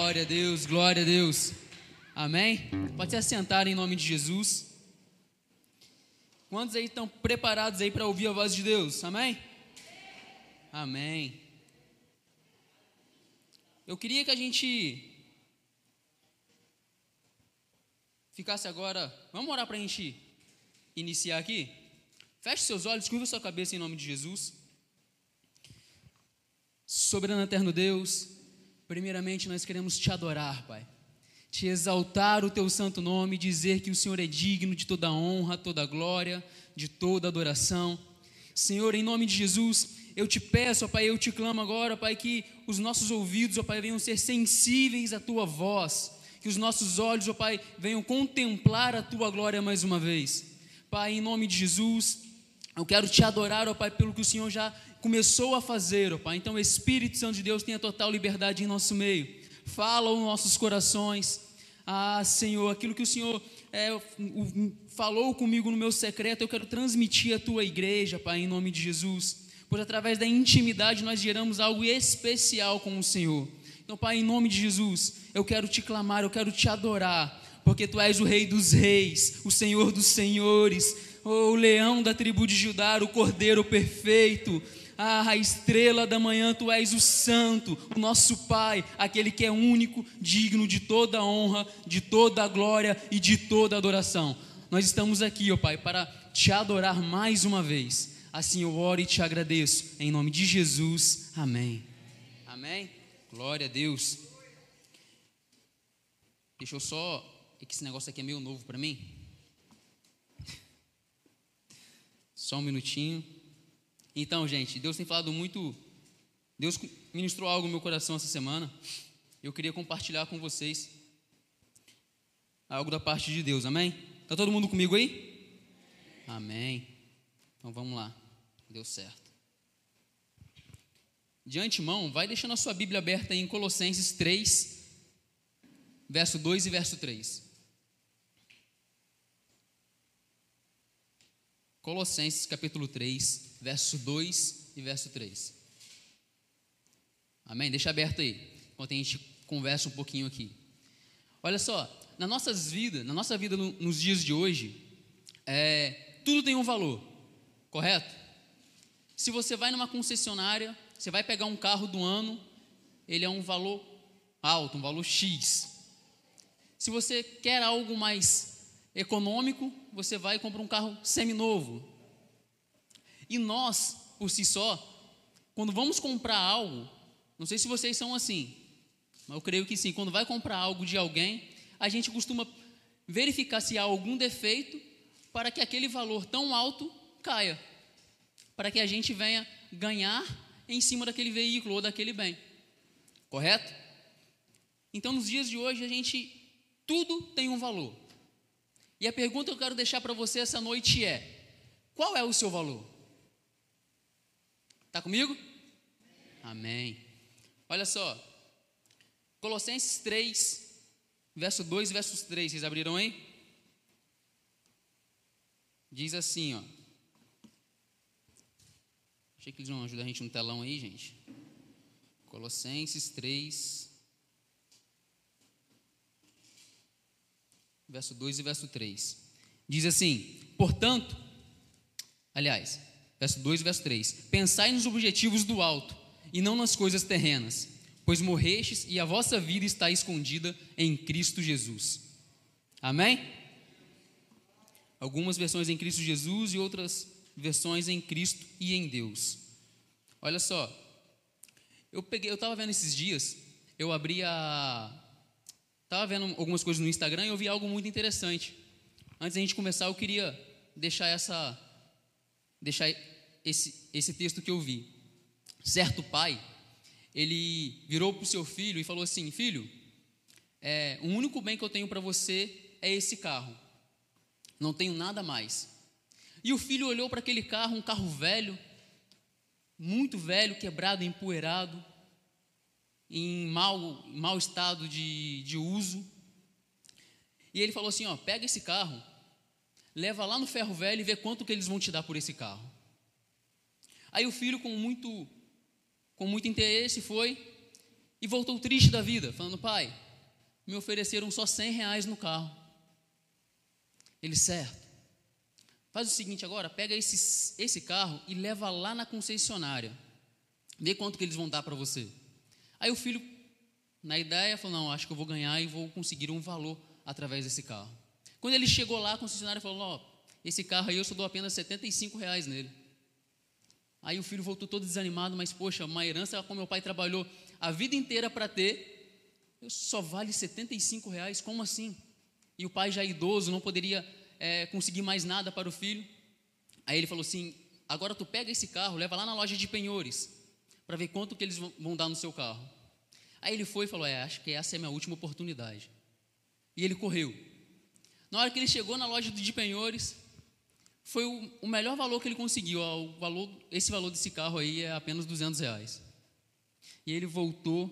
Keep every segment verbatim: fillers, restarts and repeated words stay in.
Glória a Deus, glória a Deus. Amém? Pode se assentar em nome de Jesus. Quantos aí estão preparados aí para ouvir a voz de Deus? Amém? Amém. Eu queria que a gente ficasse agora. Vamos orar para a gente iniciar aqui? Feche seus olhos, curva sua cabeça em nome de Jesus. Soberano eterno Deus, primeiramente nós queremos te adorar, Pai, te exaltar o teu santo nome, dizer que o Senhor é digno de toda honra, toda glória, de toda adoração. Senhor, em nome de Jesus, eu te peço, ó Pai, eu te clamo agora, Pai, que os nossos ouvidos, ó Pai, venham ser sensíveis à tua voz, que os nossos olhos, ó Pai, venham contemplar a tua glória mais uma vez. Pai, em nome de Jesus, eu quero te adorar, ó Pai, pelo que o Senhor já começou a fazer, ó Pai. Então, o Espírito Santo de Deus tenha total liberdade em nosso meio. Fala aos nossos corações. Ah, Senhor, aquilo que o Senhor é, falou comigo no meu secreto, eu quero transmitir à tua igreja, Pai, em nome de Jesus. Pois através da intimidade nós geramos algo especial com o Senhor. Então, Pai, em nome de Jesus, eu quero te clamar, eu quero te adorar, porque tu és o Rei dos reis, o Senhor dos senhores, oh, o leão da tribo de Judá, o cordeiro perfeito. Ah, a estrela da manhã, tu és o santo, o nosso Pai, aquele que é único, digno de toda a honra, de toda a glória e de toda a adoração. Nós estamos aqui, ó Pai, para te adorar mais uma vez. Assim eu oro e te agradeço, em nome de Jesus, amém. Amém? Glória a Deus. Deixa eu só, é que esse negócio aqui é meio novo para mim. Só um minutinho. Então, gente, Deus tem falado muito, Deus ministrou algo no meu coração essa semana. Eu queria compartilhar com vocês algo da parte de Deus, amém? Está todo mundo comigo aí? Amém. Então vamos lá, deu certo. De antemão, vai deixando a sua Bíblia aberta aí em Colossenses três, verso dois e verso três. Colossenses capítulo três, verso dois e verso três. Amém? Deixa aberto aí, enquanto a gente conversa um pouquinho aqui. Olha só, nas nossas vidas, na nossa vida no, nos dias de hoje, é, tudo tem um valor, correto? Se você vai numa concessionária, você vai pegar um carro do ano, ele é um valor alto, um valor X. Se você quer algo mais econômico, você vai e compra um carro seminovo. E nós, por si só, quando vamos comprar algo, não sei se vocês são assim, mas eu creio que sim, quando vai comprar algo de alguém, a gente costuma verificar se há algum defeito para que aquele valor tão alto caia, para que a gente venha ganhar em cima daquele veículo ou daquele bem, correto? Então, nos dias de hoje, a gente, tudo tem um valor. E a pergunta que eu quero deixar para você essa noite é: qual é o seu valor? Está comigo? Amém. Olha só, Colossenses três, verso dois e verso três, vocês abriram aí? Diz assim, ó. Achei que eles vão ajudar a gente no telão aí, gente. Colossenses três, verso dois e verso três. Diz assim: portanto, aliás, verso dois e verso três: pensai nos objetivos do alto e não nas coisas terrenas, pois morrestes e a vossa vida está escondida em Cristo Jesus. Amém? Algumas versões em Cristo Jesus e outras versões em Cristo e em Deus. Olha só, eu peguei, eu estava vendo esses dias, eu abri a... Estava vendo algumas coisas no Instagram e eu vi algo muito interessante. Antes da gente começar, eu queria deixar essa, deixar esse, esse texto que eu vi. Certo pai, ele virou para o seu filho e falou assim: filho, é, o único bem que eu tenho para você é esse carro. Não tenho nada mais. E o filho olhou para aquele carro, um carro velho, muito velho, quebrado, empoeirado, em mau, mau estado de, de uso. E ele falou assim: ó, pega esse carro, leva lá no ferro velho e vê quanto que eles vão te dar por esse carro. Aí o filho, com muito, com muito interesse, foi e voltou triste da vida, falando: pai, me ofereceram só cem reais no carro. Ele: certo, faz o seguinte agora, pega esse, esse carro e leva lá na concessionária, vê quanto que eles vão dar para você. Aí o filho, na ideia, falou: não, acho que eu vou ganhar e vou conseguir um valor através desse carro. Quando ele chegou lá, a concessionária falou: ó, esse carro aí eu só dou apenas setenta e cinco reais nele. Aí o filho voltou todo desanimado: mas poxa, uma herança como meu pai trabalhou a vida inteira para ter, eu só vale setenta e cinco reais, como assim? E o pai já idoso, não poderia é, conseguir mais nada para o filho. Aí ele falou assim: agora tu pega esse carro, leva lá na loja de penhores, para ver quanto que eles vão dar no seu carro. Aí ele foi e falou: é, acho que essa é a minha última oportunidade. E ele correu. Na hora que ele chegou na loja de penhores, foi o, o melhor valor que ele conseguiu. Ó, o valor, esse valor desse carro aí é apenas duzentos reais. E ele voltou.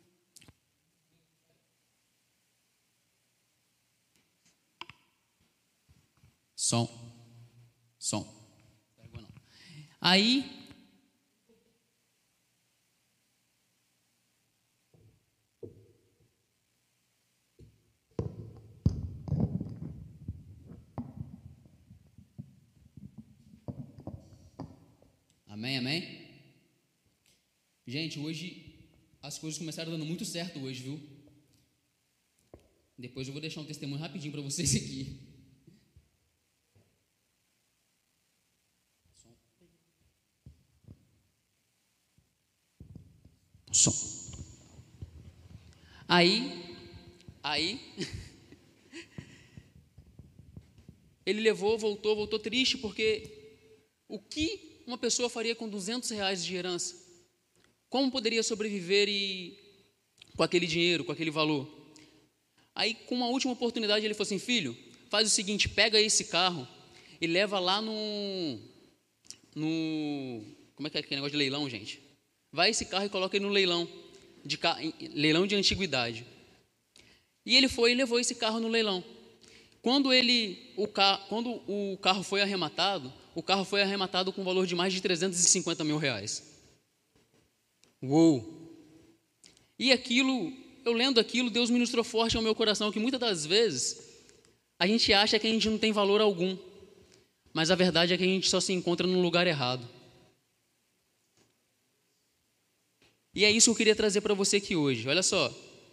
Som. Som. Aí, amém, amém? Gente, hoje as coisas começaram dando muito certo hoje, viu? Depois eu vou deixar um testemunho rapidinho para vocês aqui. Som. Aí, aí, ele levou, voltou, voltou triste, porque o que uma pessoa faria com duzentos reais de herança? Como poderia sobreviver e, com aquele dinheiro, com aquele valor? Aí, com uma última oportunidade, ele falou assim: filho, faz o seguinte, pega esse carro e leva lá no, no como é que é aquele negócio de leilão, gente? Vai esse carro e coloca ele no leilão de, leilão de antiguidade. E ele foi e levou esse carro no leilão. Quando, ele, o, quando o carro foi arrematado, o carro foi arrematado com um valor de mais de trezentos e cinquenta mil reais. Uou! E aquilo, eu lendo aquilo, Deus ministrou forte ao meu coração, que muitas das vezes a gente acha que a gente não tem valor algum, mas a verdade é que a gente só se encontra no lugar errado. E é isso que eu queria trazer para você aqui hoje. Olha só,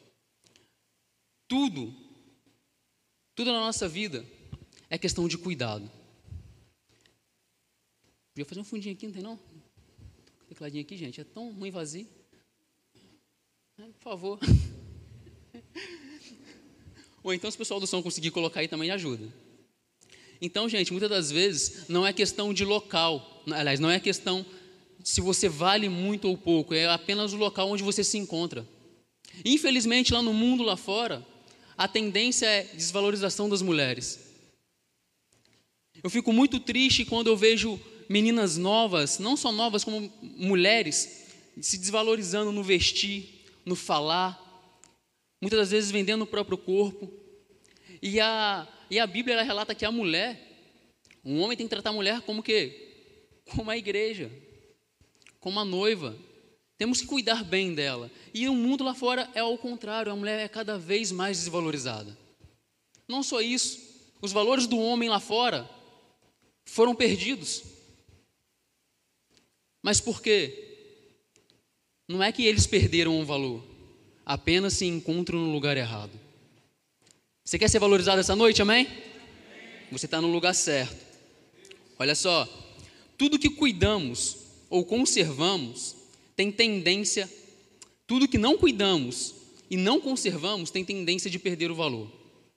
tudo, tudo na nossa vida é questão de cuidado. Podia fazer um fundinho aqui, não tem não? Tecladinho aqui, gente, é tão ruim vazio. É, por favor. Ou então, se o pessoal do som conseguir colocar aí também, ajuda. Então, gente, muitas das vezes não é questão de local, aliás, não é questão se você vale muito ou pouco, é apenas o local onde você se encontra. Infelizmente, lá no mundo, lá fora, a tendência é desvalorização das mulheres. Eu fico muito triste quando eu vejo meninas novas, não só novas, como mulheres, se desvalorizando no vestir, no falar, muitas das vezes vendendo o próprio corpo. E a, e a Bíblia ela relata que a mulher, um homem tem que tratar a mulher como que? Como a igreja, como a noiva. Temos que cuidar bem dela. E o mundo lá fora é ao contrário, a mulher é cada vez mais desvalorizada. Não só isso, os valores do homem lá fora foram perdidos. Mas por quê? Não é que eles perderam o valor, apenas se encontram no lugar errado. Você quer ser valorizado essa noite, amém? Você está no lugar certo. Olha só, tudo que cuidamos ou conservamos tem tendência, tudo que não cuidamos e não conservamos tem tendência de perder o valor.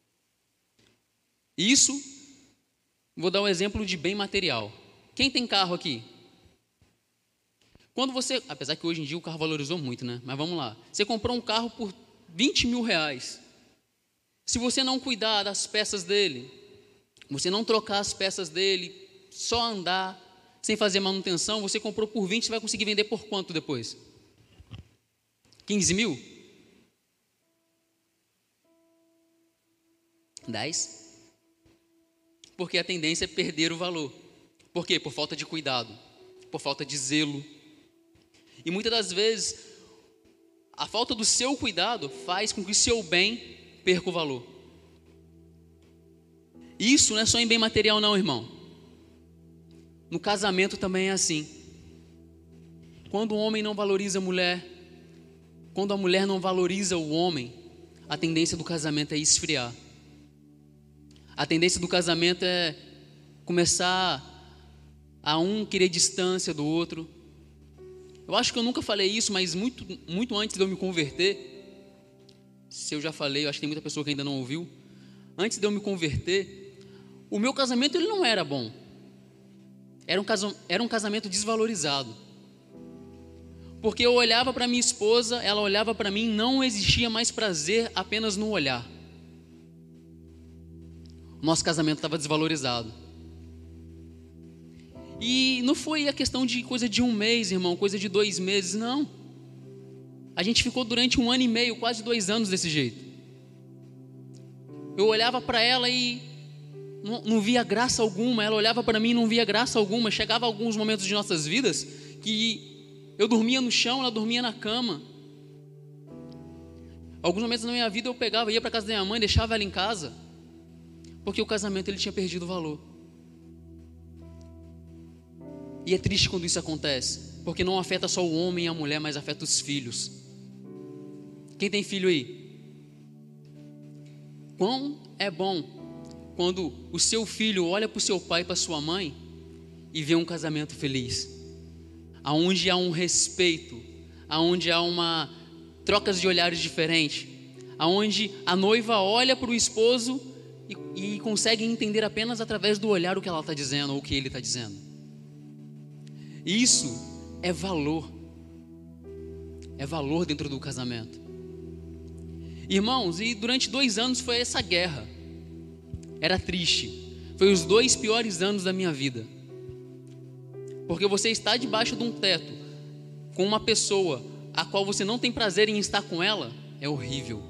Isso, vou dar um exemplo de bem material. Quem tem carro aqui? Quando você, apesar que hoje em dia o carro valorizou muito, né? Mas vamos lá. Você comprou um carro por vinte mil reais. Se você não cuidar das peças dele, você não trocar as peças dele, só andar, sem fazer manutenção, você comprou por vinte, você vai conseguir vender por quanto depois? quinze mil? dez? Porque a tendência é perder o valor. Por quê? Por falta de cuidado, por falta de zelo. E muitas das vezes, A falta do seu cuidado faz com que o seu bem perca o valor. Isso não é só em bem material não, irmão. No casamento também é assim. Quando o homem não valoriza a mulher, quando a mulher não valoriza o homem, a tendência do casamento é esfriar. A tendência do casamento é começar a um querer distância do outro. Eu acho que eu nunca falei isso, mas muito, muito antes de eu me converter, se eu já falei, eu acho que tem muita pessoa que ainda não ouviu. Antes de eu me converter, o meu casamento ele não era bom. Era um, caso, era um casamento desvalorizado. Porque eu olhava para minha esposa, ela olhava para mim, não existia mais prazer apenas no olhar. Nosso casamento estava desvalorizado. E não foi a questão de coisa de um mês, irmão, coisa de dois meses, não. A gente ficou durante um ano e meio, quase dois anos desse jeito. Eu olhava para ela e não, não via graça alguma, ela olhava para mim e não via graça alguma. Chegava alguns momentos de nossas vidas que eu dormia no chão, ela dormia na cama. Alguns momentos da minha vida eu pegava, ia para casa da minha mãe, deixava ela em casa, porque o casamento ele tinha perdido o valor. E é triste quando isso acontece, porque não afeta só o homem e a mulher, mas afeta os filhos. Quem tem filho aí? Quão é bom quando o seu filho olha para o seu pai e para sua mãe e vê um casamento feliz, aonde há um respeito, aonde há uma trocas de olhares diferentes, aonde a noiva olha para o esposo e, e consegue entender apenas através do olhar o que ela está dizendo ou o que ele está dizendo. Isso é valor. É valor dentro do casamento. Irmãos, e durante dois anos foi essa guerra. Era triste. Foi os dois piores anos da minha vida. Porque você está debaixo de um teto com uma pessoa a qual você não tem prazer em estar com ela, é horrível.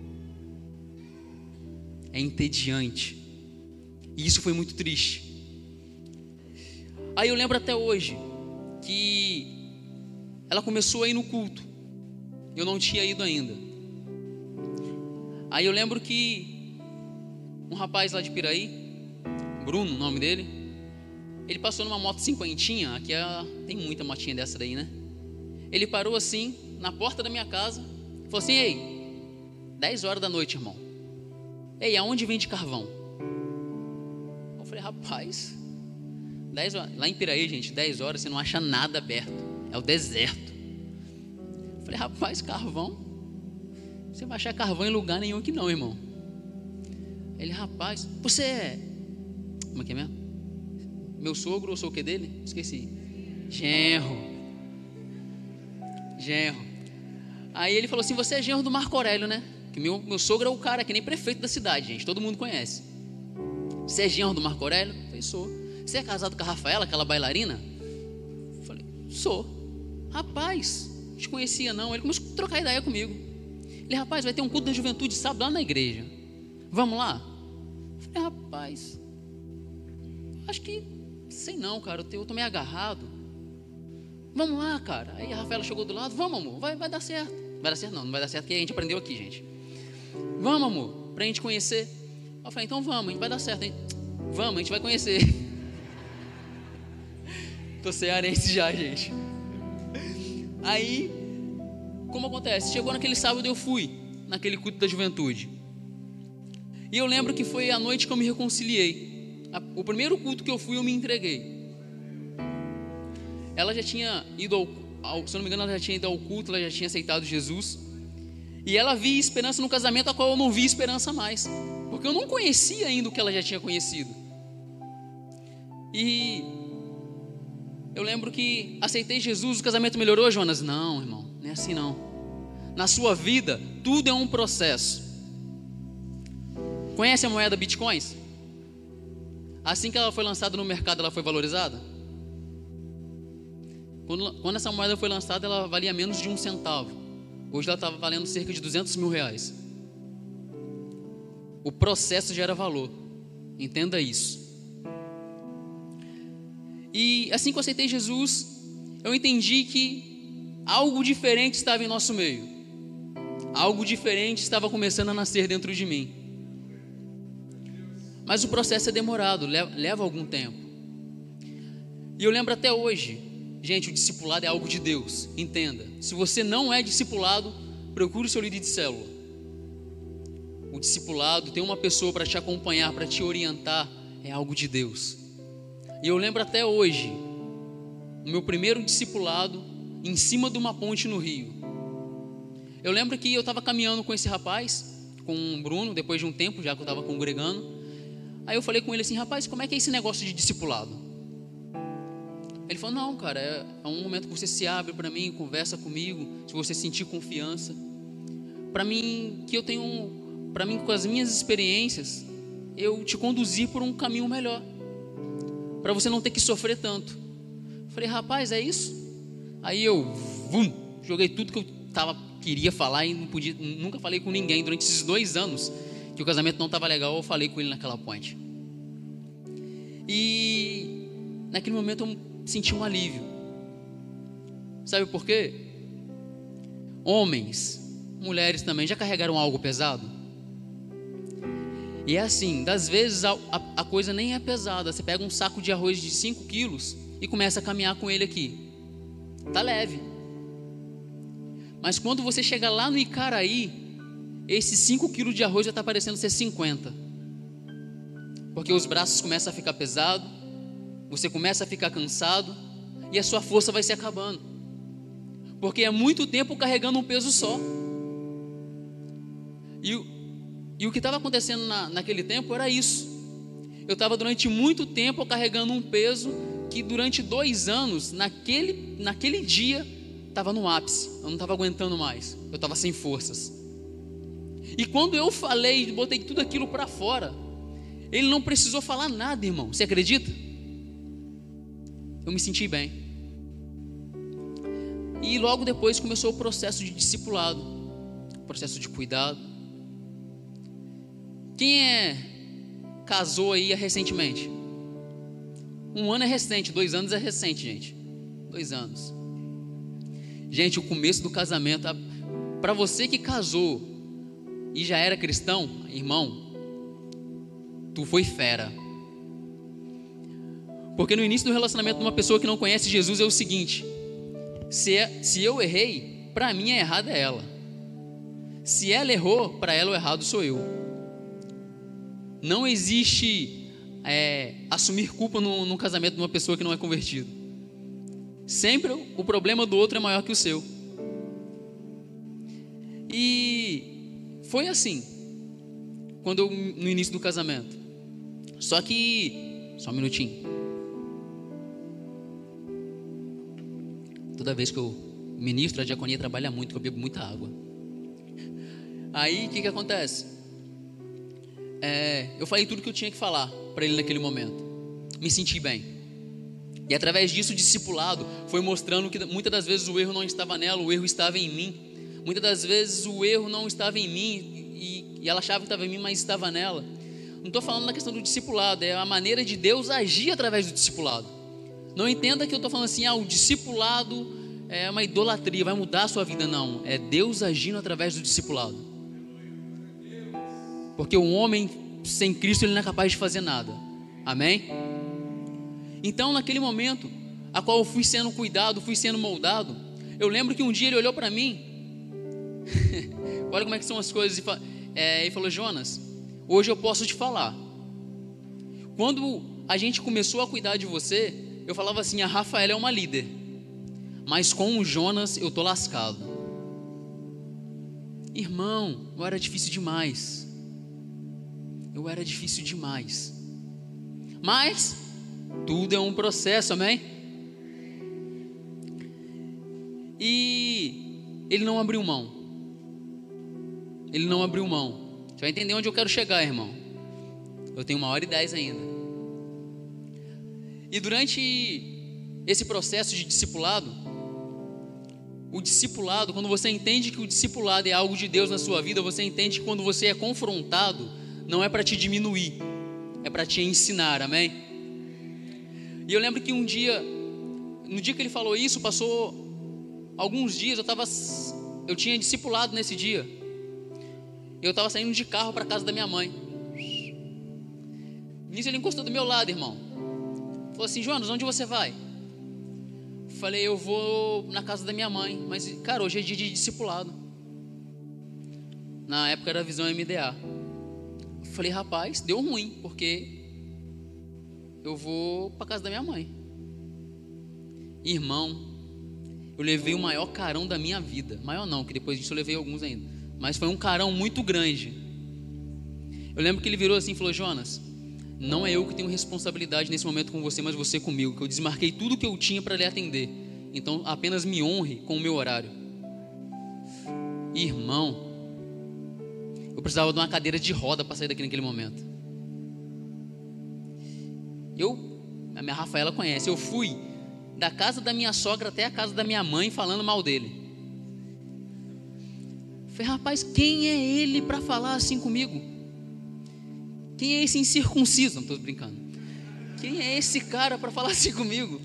É entediante. E isso foi muito triste. Aí eu lembro até hoje que ela começou a ir no culto. Eu não tinha ido ainda. Aí eu lembro que um rapaz lá de Piraí, Bruno, o nome dele, ele passou numa moto cinquentinha. Aqui é, tem muita motinha dessa daí, né? Ele parou assim, na porta da minha casa, falou assim: ei, dez horas da noite, irmão. Ei, aonde vende carvão? Eu falei: rapaz, dez horas, lá em Piraí, gente, dez horas você não acha nada aberto, é o deserto. Eu falei: rapaz, carvão? Você vai achar carvão em lugar nenhum aqui não, irmão. Ele: rapaz, você é, como é que é mesmo? Meu sogro, ou sou o que dele? Esqueci. Genro. Genro. Aí ele falou assim: você é genro do Marco Aurélio, né? Que meu, meu sogro é o cara que nem prefeito da cidade, gente, todo mundo conhece. Você é genro do Marco Aurélio? Eu falei: sou. Você é casado com a Rafaela, aquela bailarina? Eu falei: sou. Rapaz, não te conhecia não. Ele começou a trocar ideia comigo. Ele: rapaz, vai ter um culto da juventude sábado lá na igreja, vamos lá? Eu falei: rapaz, acho que, sei não, cara, eu tô meio agarrado. Vamos lá, cara. Aí a Rafaela chegou do lado: vamos, amor, vai, vai dar certo. Vai dar certo não, não vai dar certo, porque a gente aprendeu aqui, gente. Vamos, amor, pra gente conhecer. Eu falei: então vamos, a gente vai dar certo, hein? Vamos, a gente vai conhecer. Tô cearense já, gente. Aí, como acontece? Chegou naquele sábado, eu fui naquele culto da juventude. E eu lembro que foi a noite que eu me reconciliei. O primeiro culto que eu fui, eu me entreguei. Ela já tinha ido ao, ao, se eu não me engano, ela já tinha ido ao culto, ela já tinha aceitado Jesus. E ela via esperança no casamento, a qual eu não via esperança mais, porque eu não conhecia ainda o que ela já tinha conhecido. E eu lembro que aceitei Jesus, o casamento melhorou, Jonas? Não, irmão, não é assim não. Na sua vida, tudo é um processo. Conhece a moeda Bitcoins? Assim que ela foi lançada no mercado, ela foi valorizada? Quando, quando essa moeda foi lançada, ela valia menos de um centavo. Hoje ela estava valendo cerca de duzentos mil reais. O processo gera valor. Entenda isso. E assim que eu aceitei Jesus, eu entendi que algo diferente estava em nosso meio. algo diferente estava começando a nascer dentro de mim. Mas o processo é demorado, leva, leva algum tempo. E eu lembro até hoje, gente, o discipulado é algo de Deus, entenda. Se você não é discipulado, procure o seu líder de célula. O discipulado, ter uma pessoa para te acompanhar, para te orientar, é algo de Deus. E eu lembro até hoje, o meu primeiro discipulado em cima de uma ponte no rio. Eu lembro que eu estava caminhando com esse rapaz, com o Bruno, depois de um tempo já que eu estava congregando. Aí eu falei com ele assim: rapaz, como é que é esse negócio de discipulado? Ele falou: não, cara, é, é um momento que você se abre para mim, conversa comigo, se você sentir confiança. Para mim, que eu tenho, para mim, com as minhas experiências, eu te conduzir por um caminho melhor, para você não ter que sofrer tanto. Eu falei: rapaz, é isso? Aí eu vum, joguei tudo que eu tava, queria falar e não podia, nunca falei com ninguém durante esses dois anos que o casamento não estava legal. Eu falei com ele naquela ponte. E naquele momento eu senti um alívio. Sabe por quê? Homens, mulheres também, já carregaram algo pesado? E é assim, das vezes a, a, a coisa nem é pesada. Você pega um saco de arroz de cinco quilos e começa a caminhar com ele aqui. Tá leve. Mas quando você chega lá no Icaraí, esses cinco quilos de arroz já está parecendo ser cinquenta. Porque os braços começam a ficar pesados, você começa a ficar cansado e a sua força vai se acabando. Porque é muito tempo carregando um peso só. E, e o que estava acontecendo na, naquele tempo era isso. Eu estava durante muito tempo carregando um peso que durante dois anos, naquele, naquele dia, estava no ápice. Eu não estava aguentando mais, eu estava sem forças. E quando eu falei, botei tudo aquilo para fora, ele não precisou falar nada, irmão. Você acredita? Eu me senti bem. E logo depois começou o processo de discipulado, o processo de cuidado. Quem é casou aí recentemente? Um ano é recente, dois anos é recente, gente. Dois anos. Gente, o começo do casamento, para você que casou e já era cristão, irmão, tu foi fera. Porque no início do relacionamento de uma pessoa que não conhece Jesus é o seguinte: se, é, se eu errei, para mim a errada é ela. Se ela errou, para ela o errado sou eu. Não existe é, assumir culpa no, no casamento de uma pessoa que não é convertida. Sempre o problema do outro é maior que o seu. E foi assim quando eu, no início do casamento. Só que, só um minutinho. Toda vez que eu ministro, a diaconia trabalha muito, que eu bebo muita água. Aí o que que acontece? É, eu falei tudo que eu tinha que falar para ele naquele momento. Me senti bem. E através disso o discipulado foi mostrando que muitas das vezes o erro não estava nela, o erro estava em mim. Muitas das vezes o erro não estava em mim e, e ela achava que estava em mim, mas estava nela. Não estou falando na questão do discipulado, é a maneira de Deus agir através do discipulado. Não entenda que eu estou falando assim: ah, o discipulado é uma idolatria, vai mudar a sua vida. Não, é Deus agindo através do discipulado. Porque o homem sem Cristo, ele não é capaz de fazer nada. Amém? Então naquele momento, a qual eu fui sendo cuidado, fui sendo moldado, eu lembro que um dia ele olhou para mim, olha como é que são as coisas, e é, falou: Jonas, hoje eu posso te falar. Quando a gente começou a cuidar de você, eu falava assim: a Rafaela é uma líder, mas com o Jonas eu tô lascado. Irmão, eu era difícil demais. Eu era difícil demais. Mas tudo é um processo, amém? E ele não abriu mão. Ele não abriu mão. Você vai entender onde eu quero chegar, irmão. Eu tenho uma hora e dez ainda. E durante esse processo de discipulado, o discipulado, quando você entende que o discipulado é algo de Deus na sua vida, você entende que quando você é confrontado, não é para te diminuir, é para te ensinar, amém? E eu lembro que um dia, no dia que ele falou isso, passou alguns dias, eu, tava, eu tinha discipulado nesse dia, Eu estava saindo de carro para a casa da minha mãe. Nisso ele encostou do meu lado, irmão. Falou assim: Jonas, onde você vai? Falei: eu vou na casa da minha mãe. Mas, cara, hoje é dia de discipulado. Na época era a Visão M D A. Falei: rapaz, deu ruim, porque eu vou para casa da minha mãe. Irmão, eu levei o maior carão da minha vida. Maior não, que depois disso eu levei alguns ainda. Mas foi um carão muito grande. Eu lembro que ele virou assim e falou: Jonas, não é eu que tenho responsabilidade nesse momento com você, mas você comigo, que eu desmarquei tudo que eu tinha para lhe atender. Então apenas me honre com o meu horário. Irmão, eu precisava de uma cadeira de roda para sair daqui naquele momento. Eu, a minha Rafaela conhece, eu fui da casa da minha sogra até a casa da minha mãe falando mal dele. Falei: rapaz, quem é ele para falar assim comigo? Quem é esse incircunciso? Não estou brincando. Quem é esse cara para falar assim comigo?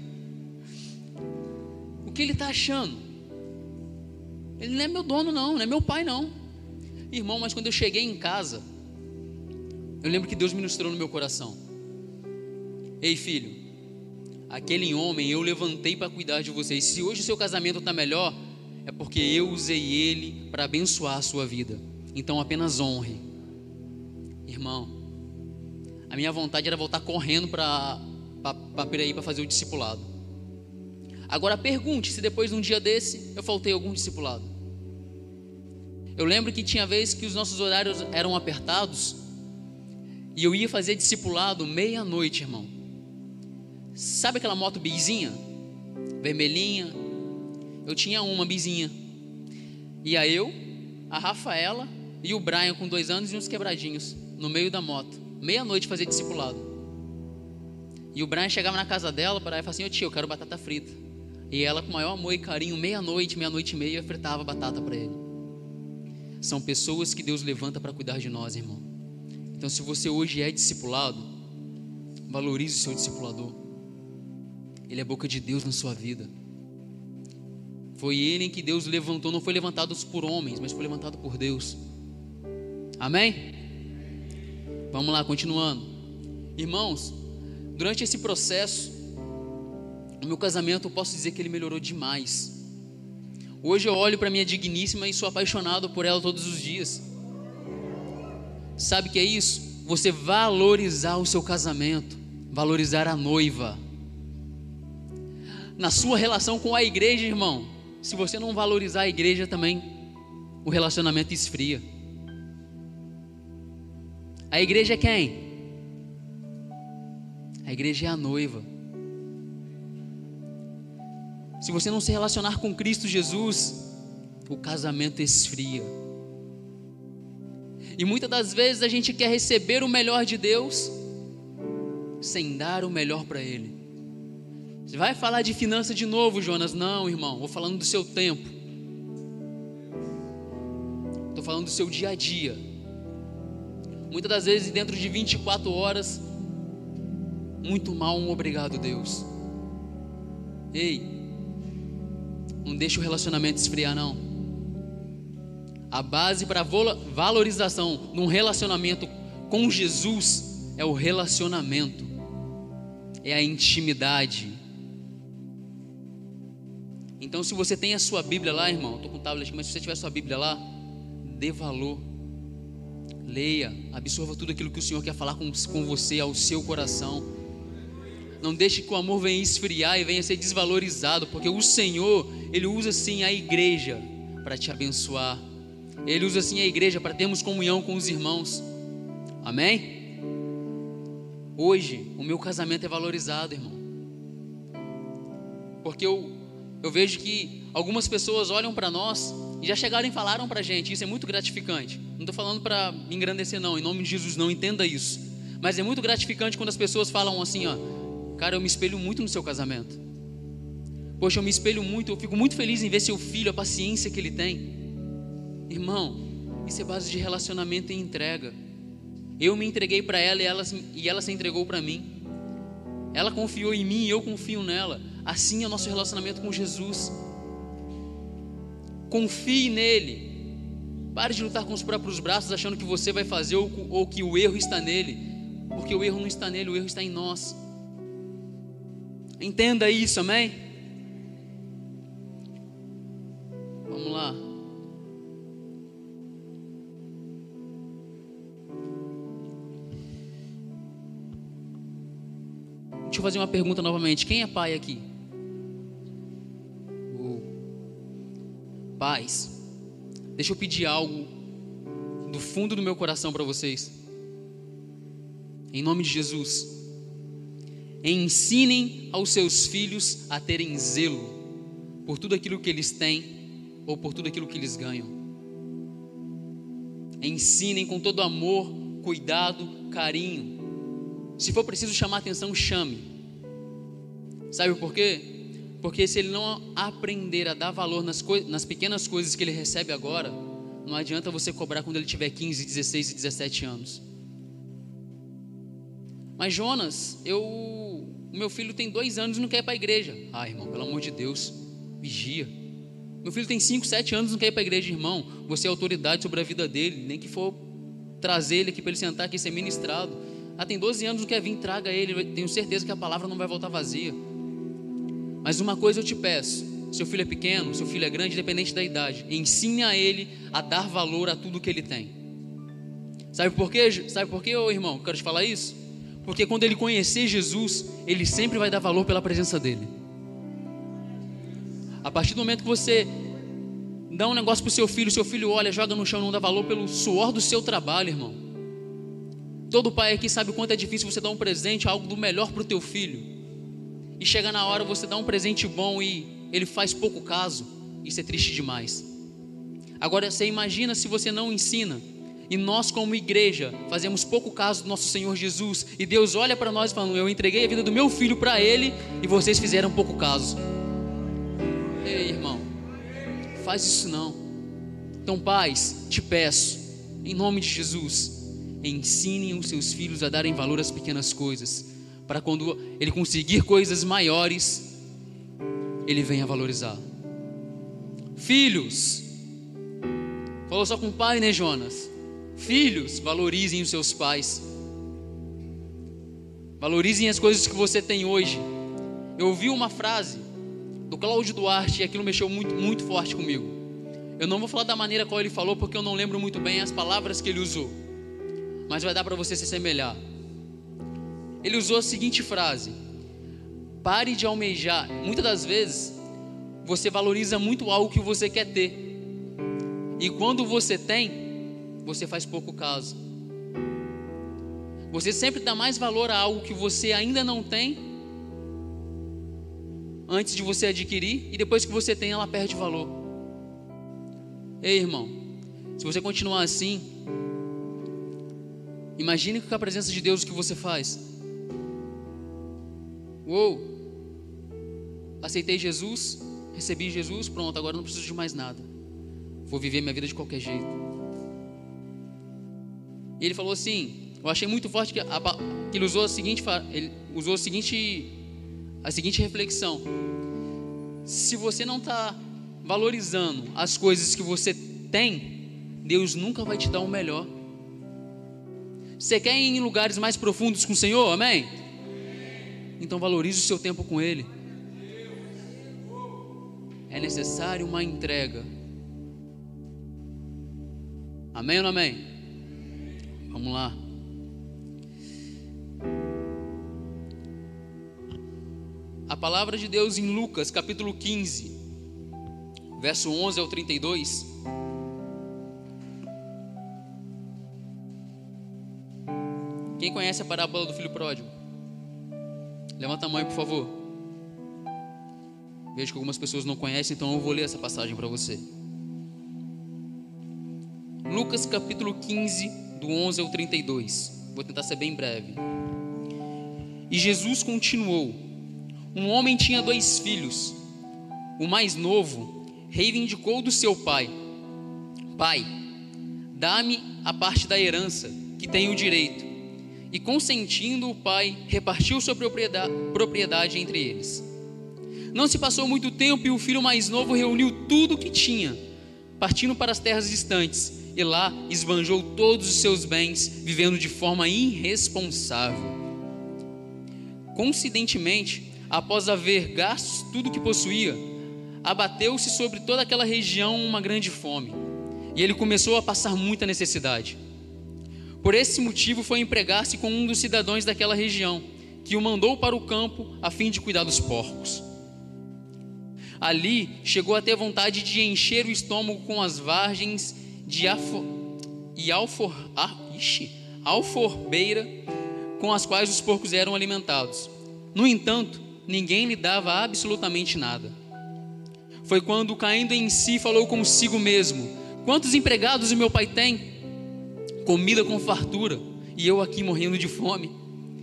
O que ele está achando? Ele não é meu dono não, não é meu pai não. Irmão, mas quando eu cheguei em casa, eu lembro que Deus ministrou no meu coração: ei filho, aquele homem eu levantei para cuidar de vocês. Se hoje o seu casamento está melhor, é porque eu usei ele para abençoar a sua vida. Então apenas honre. Irmão, a minha vontade era voltar correndo para Piraí para fazer o discipulado. Agora pergunte se depois de um dia desse eu faltei algum discipulado. Eu lembro que tinha vez que os nossos horários eram apertados e eu ia fazer discipulado meia-noite, irmão. Sabe aquela moto bizinha? Vermelhinha? Eu tinha uma bizinha. Ia eu, a Rafaela e o Brian com dois anos e uns quebradinhos no meio da moto. Meia-noite fazer discipulado. E o Brian chegava na casa dela para ela e falava assim: ô tio, eu quero batata frita. E ela, com o maior amor e carinho, meia-noite, meia-noite e meia, fritava batata para ele. São pessoas que Deus levanta para cuidar de nós, irmão. Então, se você hoje é discipulado, valorize o seu discipulador. Ele é a boca de Deus na sua vida. Foi ele em que Deus levantou. Não foi levantado por homens, mas foi levantado por Deus. Amém? Vamos lá, continuando. Irmãos, durante esse processo, o meu casamento, eu posso dizer que ele melhorou demais. Hoje eu olho para minha digníssima e sou apaixonado por ela todos os dias. Sabe o que é isso? Você valorizar o seu casamento, valorizar a noiva. Na sua relação com a igreja, irmão, se você não valorizar a igreja também, o relacionamento esfria. A igreja é quem? A igreja é a noiva. Se você não se relacionar com Cristo Jesus, o casamento esfria. E muitas das vezes a gente quer receber o melhor de Deus sem dar o melhor para Ele. Você vai falar de finança de novo, Jonas? Não, irmão, vou falando do seu tempo. Estou falando do seu dia a dia. Muitas das vezes dentro de vinte e quatro horas, muito mal, um obrigado Deus. Ei, não deixa o relacionamento esfriar não. A base para a valorização num relacionamento com Jesus é o relacionamento, é a intimidade. Então, se você tem a sua Bíblia lá, irmão, estou com o tablet aqui, mas se você tiver a sua Bíblia lá, dê valor, leia, absorva tudo aquilo que o Senhor quer falar com, com você, ao seu coração. Não deixe que o amor venha esfriar e venha ser desvalorizado, porque o Senhor, Ele usa sim a igreja para te abençoar. Ele usa sim a igreja para termos comunhão com os irmãos. Amém? Hoje, o meu casamento é valorizado, irmão. Porque eu, eu vejo que algumas pessoas olham para nós e já chegaram e falaram para a gente. Isso é muito gratificante. Não estou falando para me engrandecer não, em nome de Jesus não, entenda isso. Mas é muito gratificante quando as pessoas falam assim, ó: cara, eu me espelho muito no seu casamento. Poxa, eu me espelho muito, eu fico muito feliz em ver seu filho, a paciência que ele tem. Irmão, isso é base de relacionamento e entrega. Eu me entreguei para ela e ela, e ela se entregou para mim. Ela confiou em mim e eu confio nela. Assim é o nosso relacionamento com Jesus. Confie nele. Pare de lutar com os próprios braços, achando que você vai fazer ou, ou que o erro está nele, porque o erro não está nele, o erro está em nós. Entenda isso, amém? Vamos lá. Deixa eu fazer uma pergunta novamente. Quem é pai aqui? Oh. Pais, deixa eu pedir algo do fundo do meu coração para vocês. Em nome de Jesus, ensinem aos seus filhos a terem zelo por tudo aquilo que eles têm ou por tudo aquilo que eles ganham. Ensinem com todo amor, cuidado, carinho. Se for preciso chamar atenção, chame. Sabe por quê? Porque se ele não aprender a dar valor nas, coi- nas pequenas coisas que ele recebe agora, não adianta você cobrar quando ele tiver quinze, dezesseis e dezessete anos. Mas Jonas, eu, o meu filho tem dois anos e não quer ir para a igreja. Ah, irmão, pelo amor de Deus, vigia. Meu filho tem cinco, sete anos e não quer ir para a igreja, irmão. Você é autoridade sobre a vida dele, nem que for trazer ele aqui para ele sentar aqui e ser ministrado. Ah, tem doze anos, não quer vir, traga ele. Tenho certeza que a palavra não vai voltar vazia. Mas uma coisa eu te peço: seu filho é pequeno, seu filho é grande, independente da idade, ensine a ele a dar valor a tudo que ele tem. Sabe por quê? Sabe por quê, ô irmão? Quero te falar isso. Porque quando ele conhecer Jesus, ele sempre vai dar valor pela presença dele. A partir do momento que você dá um negócio pro seu filho, seu filho olha, joga no chão, não dá valor pelo suor do seu trabalho, irmão. Todo pai aqui sabe o quanto é difícil você dar um presente, algo do melhor pro teu filho, e chega na hora você dá um presente bom e ele faz pouco caso. Isso é triste demais. Agora você imagina se você não ensina, e nós como igreja fazemos pouco caso do nosso Senhor Jesus, e Deus olha para nós falando: eu entreguei a vida do meu filho para ele e vocês fizeram pouco caso. Ei, irmão, faz isso não. Então, pais, te peço, em nome de Jesus, ensinem os seus filhos a darem valor às pequenas coisas, para quando ele conseguir coisas maiores, ele venha valorizar. Filhos, falou só com o pai, né, Jonas? Filhos, valorizem os seus pais. Valorizem as coisas que você tem hoje. Eu ouvi uma frase do Cláudio Duarte e aquilo mexeu muito, muito forte comigo. Eu não vou falar da maneira qual ele falou, porque eu não lembro muito bem as palavras que ele usou, mas vai dar para você se assemelhar. Ele usou a seguinte frase: pare de almejar. Muitas das vezes você valoriza muito algo que você quer ter, e quando você tem, você faz pouco caso. Você sempre dá mais valor a algo que você ainda não tem, antes de você adquirir, e depois que você tem, ela perde valor. Ei, irmão, se você continuar assim, imagine com a presença de Deus o que você faz. Uou, aceitei Jesus, recebi Jesus, pronto, agora não preciso de mais nada, vou viver minha vida de qualquer jeito. E ele falou assim, eu achei muito forte que, a, que ele usou a seguinte, ele usou a seguinte, a seguinte reflexão: se você não está valorizando as coisas que você tem, Deus nunca vai te dar o melhor. Você quer ir em lugares mais profundos com o Senhor, amém? Então valorize o seu tempo com Ele. É necessário uma entrega. Amém ou não amém? Vamos lá. A palavra de Deus em Lucas capítulo quinze, verso onze ao trinta e dois. Quem conhece a parábola do filho pródigo? Levanta a mão aí, por favor. Vejo que algumas pessoas não conhecem, então eu vou ler essa passagem para você. Lucas capítulo quinze, do onze ao trinta e dois. Vou tentar ser bem breve. E Jesus continuou: um homem tinha dois filhos. O mais novo reivindicou do seu pai: pai, dá-me a parte da herança que tenho direito. E consentindo, o pai repartiu sua propriedade, propriedade entre eles. Não se passou muito tempo e o filho mais novo reuniu tudo o que tinha, partindo para as terras distantes, e lá esbanjou todos os seus bens, vivendo de forma irresponsável. Coincidentemente, após haver gasto tudo o que possuía, abateu-se sobre toda aquela região uma grande fome, e ele começou a passar muita necessidade. Por esse motivo foi empregar-se com um dos cidadãos daquela região, que o mandou para o campo a fim de cuidar dos porcos. Ali chegou a ter vontade de encher o estômago com as vargens de afo, e alfor, ah, ixi, alforbeira com as quais os porcos eram alimentados. No entanto, ninguém lhe dava absolutamente nada. Foi quando, caindo em si, falou consigo mesmo: quantos empregados o meu pai tem? Comida com fartura, e eu aqui morrendo de fome.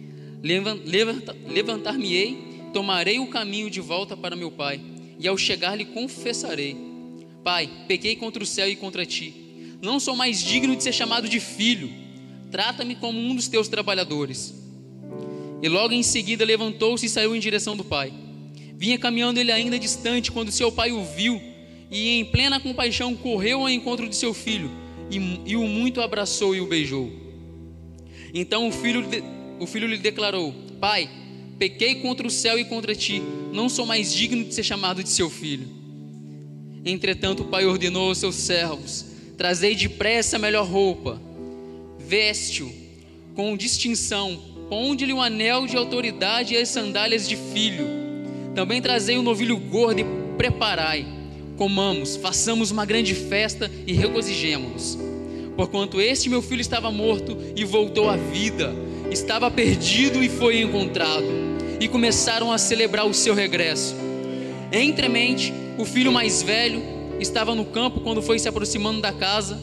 Levantar-me-ei, tomarei o caminho de volta para meu pai, e ao chegar lhe confessarei: Pai, pequei contra o céu e contra ti, não sou mais digno de ser chamado de filho, trata-me como um dos teus trabalhadores. E logo em seguida levantou-se e saiu em direção do pai. Vinha caminhando ele ainda distante, quando seu pai o viu, e em plena compaixão correu ao encontro de seu filho, e, e o muito abraçou e o beijou. Então o filho, o filho lhe declarou: Pai, pequei contra o céu e contra ti, não sou mais digno de ser chamado de seu filho. Entretanto o pai ordenou aos seus servos: trazei depressa a melhor roupa, veste-o com distinção, ponde-lhe um anel de autoridade e as sandálias de filho. Também trazei um novilho gordo e preparai, comamos, façamos uma grande festa e regozijemo-nos. Porquanto este meu filho estava morto e voltou à vida, estava perdido e foi encontrado. E começaram a celebrar o seu regresso. Entremente, o filho mais velho estava no campo quando foi se aproximando da casa,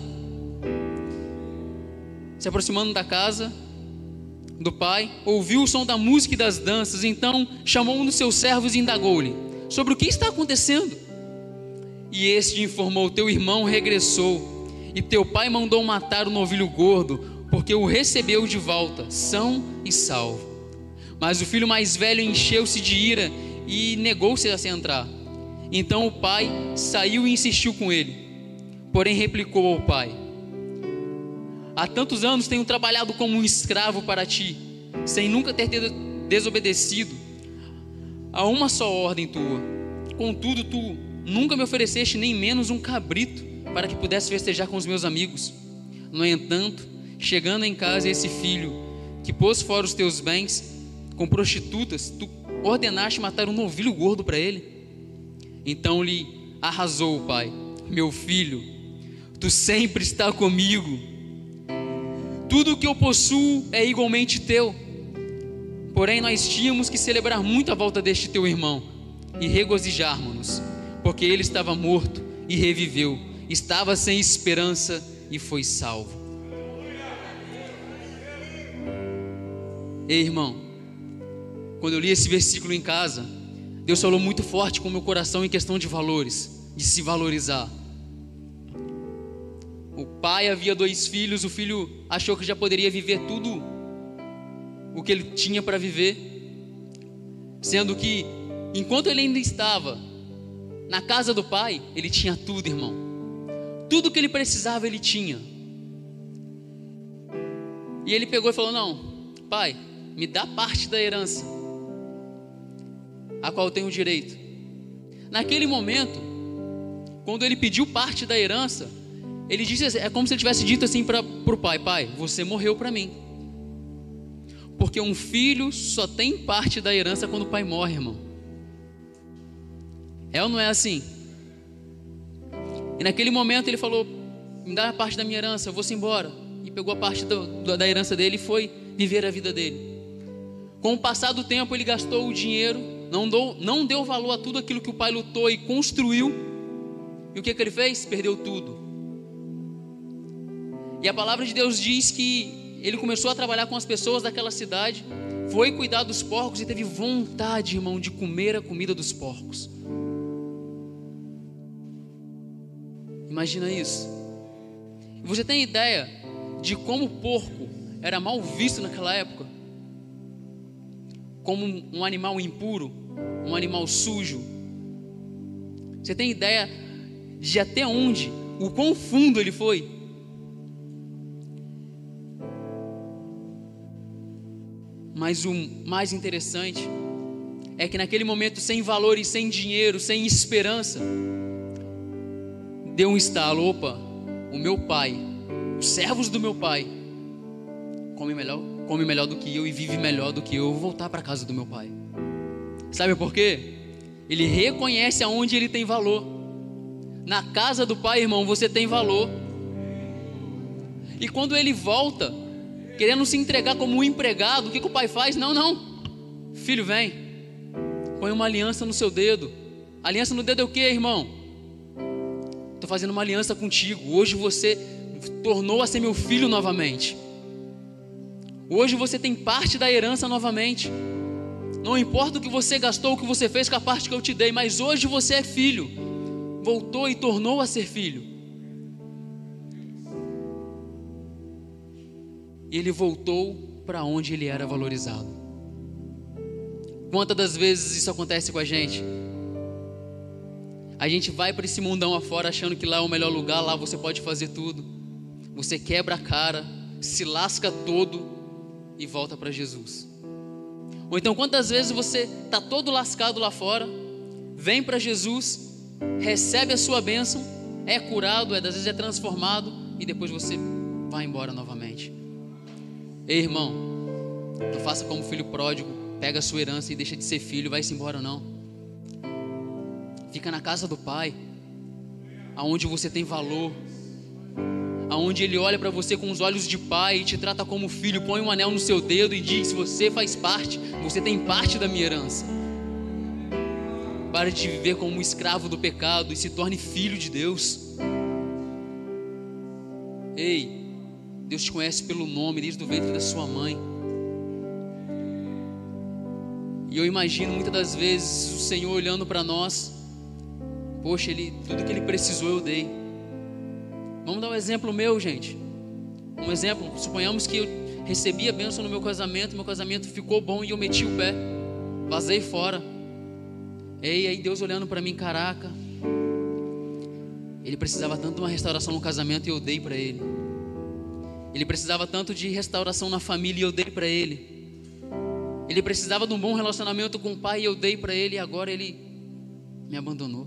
se aproximando da casa do pai, ouviu o som da música e das danças. Então chamou um dos seus servos e indagou-lhe sobre o que está acontecendo. E este informou: teu irmão regressou, e teu pai mandou matar o novilho gordo, porque o recebeu de volta, são e salvo. Mas o filho mais velho encheu-se de ira e negou-se a se entrar. Então o pai saiu e insistiu com ele. Porém replicou ao pai: há tantos anos tenho trabalhado como um escravo para ti, sem nunca ter desobedecido a uma só ordem tua. Contudo, tu nunca me ofereceste nem menos um cabrito para que pudesse festejar com os meus amigos. No entanto, chegando em casa esse filho que pôs fora os teus bens com prostitutas, tu ordenaste matar um novilho gordo para ele. Então lhe arrasou o pai: meu filho, tu sempre está comigo, tudo o que eu possuo é igualmente teu. Porém nós tínhamos que celebrar muito a volta deste teu irmão e regozijarmos-nos, porque ele estava morto e reviveu, estava sem esperança e foi salvo. Ei, irmão, quando eu li esse versículo em casa, Deus falou muito forte com o meu coração em questão de valores, de se valorizar. O pai havia dois filhos, o filho achou que já poderia viver tudo o que ele tinha para viver, sendo que enquanto ele ainda estava na casa do pai, ele tinha tudo, irmão. Tudo que ele precisava ele tinha. E ele pegou e falou: não, pai, me dá parte da herança a qual eu tenho direito. Naquele momento, quando ele pediu parte da herança, ele disse assim, é como se ele tivesse dito assim para o pai: pai, você morreu para mim. Porque um filho só tem parte da herança quando o pai morre, irmão. É ou não é assim? E naquele momento ele falou: me dá a parte da minha herança, eu vou-se embora. E pegou a parte do, do, da herança dele e foi viver a vida dele. Com o passar do tempo ele gastou o dinheiro, não deu, não deu valor a tudo aquilo que o pai lutou e construiu. E o que, que ele fez? Perdeu tudo. E a palavra de Deus diz que ele começou a trabalhar com as pessoas daquela cidade, foi cuidar dos porcos e teve vontade, irmão, de comer a comida dos porcos. Imagina isso. Você tem ideia de como o porco era mal visto naquela época? Como um animal impuro, um animal sujo. Você tem ideia de até onde, o quão fundo ele foi? Mas o mais interessante é que naquele momento, sem valor e sem dinheiro, sem esperança, deu um estalo. Opa, o meu pai, os servos do meu pai come melhor, come melhor do que eu e vive melhor do que eu. Eu vou voltar para a casa do meu pai. Sabe por quê? Ele reconhece aonde ele tem valor. Na casa do pai, irmão, você tem valor. E quando ele volta, querendo se entregar como um empregado, o que, que o pai faz? Não, não, filho, vem, põe uma aliança no seu dedo. Aliança no dedo é o que, irmão? Estou fazendo uma aliança contigo. Hoje você tornou a ser meu filho novamente. Hoje você tem parte da herança novamente. Não importa o que você gastou, o que você fez com a parte que eu te dei, mas hoje você é filho. Voltou e tornou a ser filho. E ele voltou para onde ele era valorizado. Quantas das vezes isso acontece com a gente? A gente vai para esse mundão afora achando que lá é o melhor lugar, lá você pode fazer tudo. Você quebra a cara, se lasca todo e volta para Jesus. Ou então quantas vezes você está todo lascado lá fora, vem para Jesus, recebe a sua bênção, é curado, é, às vezes é transformado e depois você vai embora novamente. Ei, irmão, não faça como filho pródigo, pega a sua herança e deixa de ser filho, vai-se embora não. Fica na casa do Pai, aonde você tem valor, aonde Ele olha para você com os olhos de pai e te trata como filho, põe um anel no seu dedo e diz: você faz parte, você tem parte da minha herança. Pare de viver como um escravo do pecado e se torne filho de Deus. Ei, Deus te conhece pelo nome desde o ventre da sua mãe. E eu imagino muitas das vezes o Senhor olhando para nós. Poxa, ele, tudo que Ele precisou eu dei. Vamos dar um exemplo meu, gente. Um exemplo, suponhamos que eu recebi a bênção no meu casamento, meu casamento ficou bom e eu meti o pé, vazei fora. Ei, aí Deus olhando para mim, caraca, ele precisava tanto de uma restauração no casamento e eu dei para ele. Ele precisava tanto de restauração na família e eu dei para ele. Ele precisava de um bom relacionamento com o pai e eu dei para ele, e agora ele me abandonou.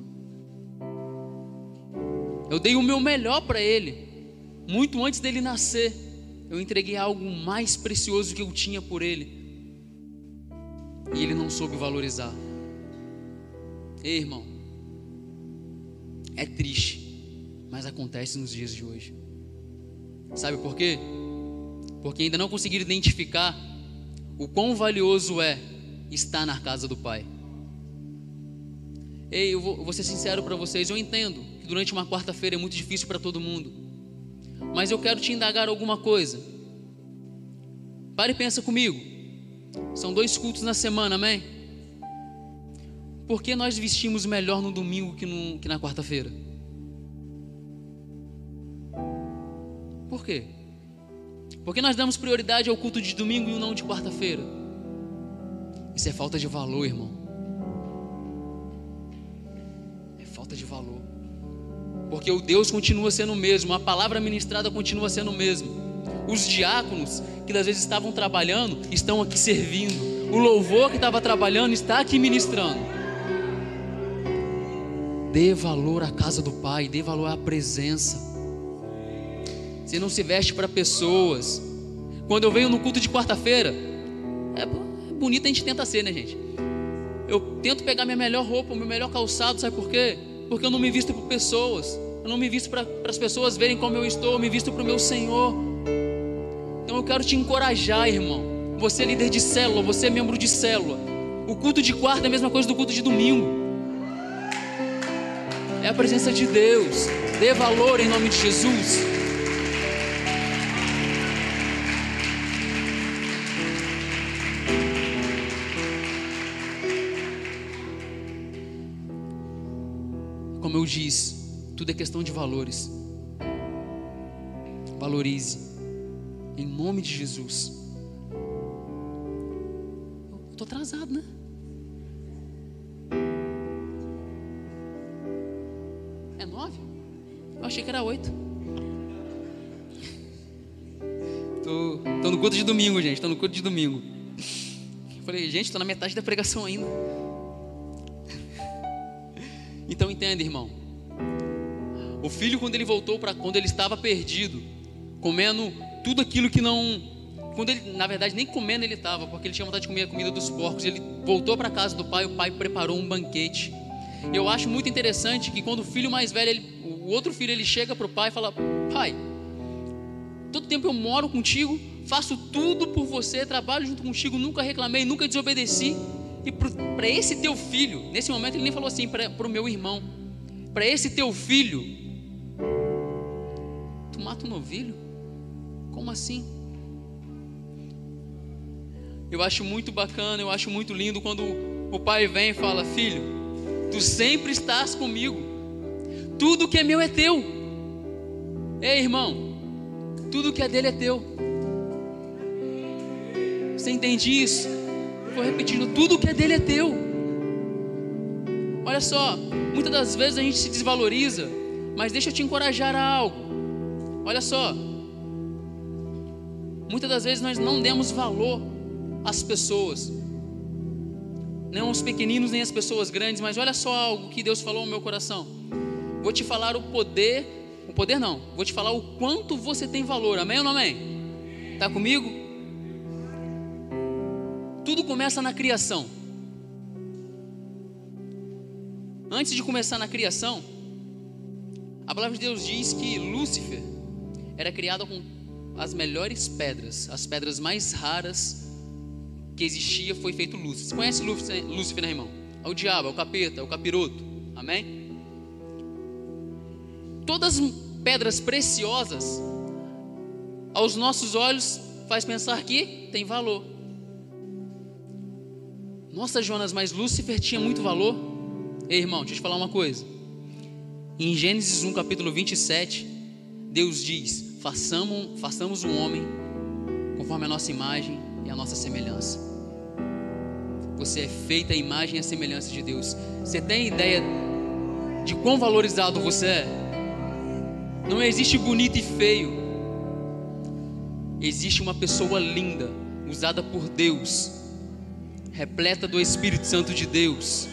Eu dei o meu melhor para ele, muito antes dele nascer. Eu entreguei algo mais precioso que eu tinha por ele, e ele não soube valorizar. Ei, irmão, é triste, mas acontece nos dias de hoje. Sabe por quê? Porque ainda não conseguiram identificar o quão valioso é estar na casa do Pai. Ei, eu vou, eu vou ser sincero para vocês, eu entendo que durante uma quarta-feira é muito difícil para todo mundo, mas eu quero te indagar alguma coisa. Pare e pensa comigo. São dois cultos na semana, amém? Por que nós vestimos melhor no domingo que, no, que na quarta-feira? Por quê? Porque nós damos prioridade ao culto de domingo e não de quarta-feira. Isso é falta de valor, irmão. É falta de valor. Porque o Deus continua sendo o mesmo, a palavra ministrada continua sendo o mesmo. Os diáconos que às vezes estavam trabalhando estão aqui servindo. O louvor que estava trabalhando está aqui ministrando. Dê valor à casa do Pai, dê valor à presença. Você não se veste para pessoas. Quando eu venho no culto de quarta-feira, é bonito, a gente tenta ser, né, gente? Eu tento pegar minha melhor roupa, o meu melhor calçado, sabe por quê? Porque eu não me visto para pessoas. Eu não me visto para as pessoas verem como eu estou, eu me visto para o meu Senhor. Então eu quero te encorajar, irmão. Você é líder de célula, você é membro de célula. O culto de quarta é a mesma coisa do culto de domingo. É a presença de Deus. Dê valor em nome de Jesus. Como eu disse, tudo é questão de valores. Valorize, em nome de Jesus. Eu estou atrasado, né? É nove? Eu achei que era oito. Tô, tô no culto de domingo, gente. Tô no culto de domingo. falei, gente, estou na metade da pregação ainda. Então entenda, irmão. O filho, quando ele voltou para, quando ele estava perdido, comendo tudo aquilo que não, quando ele, na verdade, nem comendo ele estava, porque ele tinha vontade de comer a comida dos porcos. Ele voltou para a casa do pai, o pai preparou um banquete. Eu acho muito interessante que quando o filho mais velho, ele, o outro filho, ele chega para o pai e fala, pai, todo tempo eu moro contigo, faço tudo por você, trabalho junto contigo, nunca reclamei, nunca desobedeci. E para esse teu filho, nesse momento ele nem falou assim para o meu irmão, para esse teu filho, tu mata um novilho? Como assim? Eu acho muito bacana, eu acho muito lindo quando o pai vem e fala, filho, tu sempre estás comigo, tudo que é meu é teu. Ei, irmão, tudo que é dele é teu. Você entende isso? Vou repetindo, tudo que é dele é teu. Olha só, muitas das vezes a gente se desvaloriza, mas deixa eu te encorajar a algo. Olha só, muitas das vezes nós não demos valor às pessoas, nem aos pequeninos, nem às pessoas grandes. Mas olha só algo que Deus falou no meu coração. Vou te falar o poder, o poder não, vou te falar o quanto você tem valor, amém ou não amém? Está comigo? Tudo começa na criação. Antes de começar na criação, a palavra de Deus diz que Lúcifer era criado com as melhores pedras, as pedras mais raras que existia, foi feito Lúcifer. Você conhece Lúcifer, Lúcifer, né, irmão? É o diabo, é o capeta, é o capiroto, amém? Todas as pedras preciosas, aos nossos olhos, faz pensar que tem valor. Nossa, Jonas, mas Lúcifer tinha muito valor? Ei, irmão, deixa eu te falar uma coisa. Em Gênesis um, capítulo vinte e sete, Deus diz, façamos, façamos um homem conforme a nossa imagem e a nossa semelhança. Você é feita a imagem e a semelhança de Deus. Você tem ideia de quão valorizado você é? Não existe bonito e feio. Existe uma pessoa linda, usada por Deus, repleta do Espírito Santo de Deus.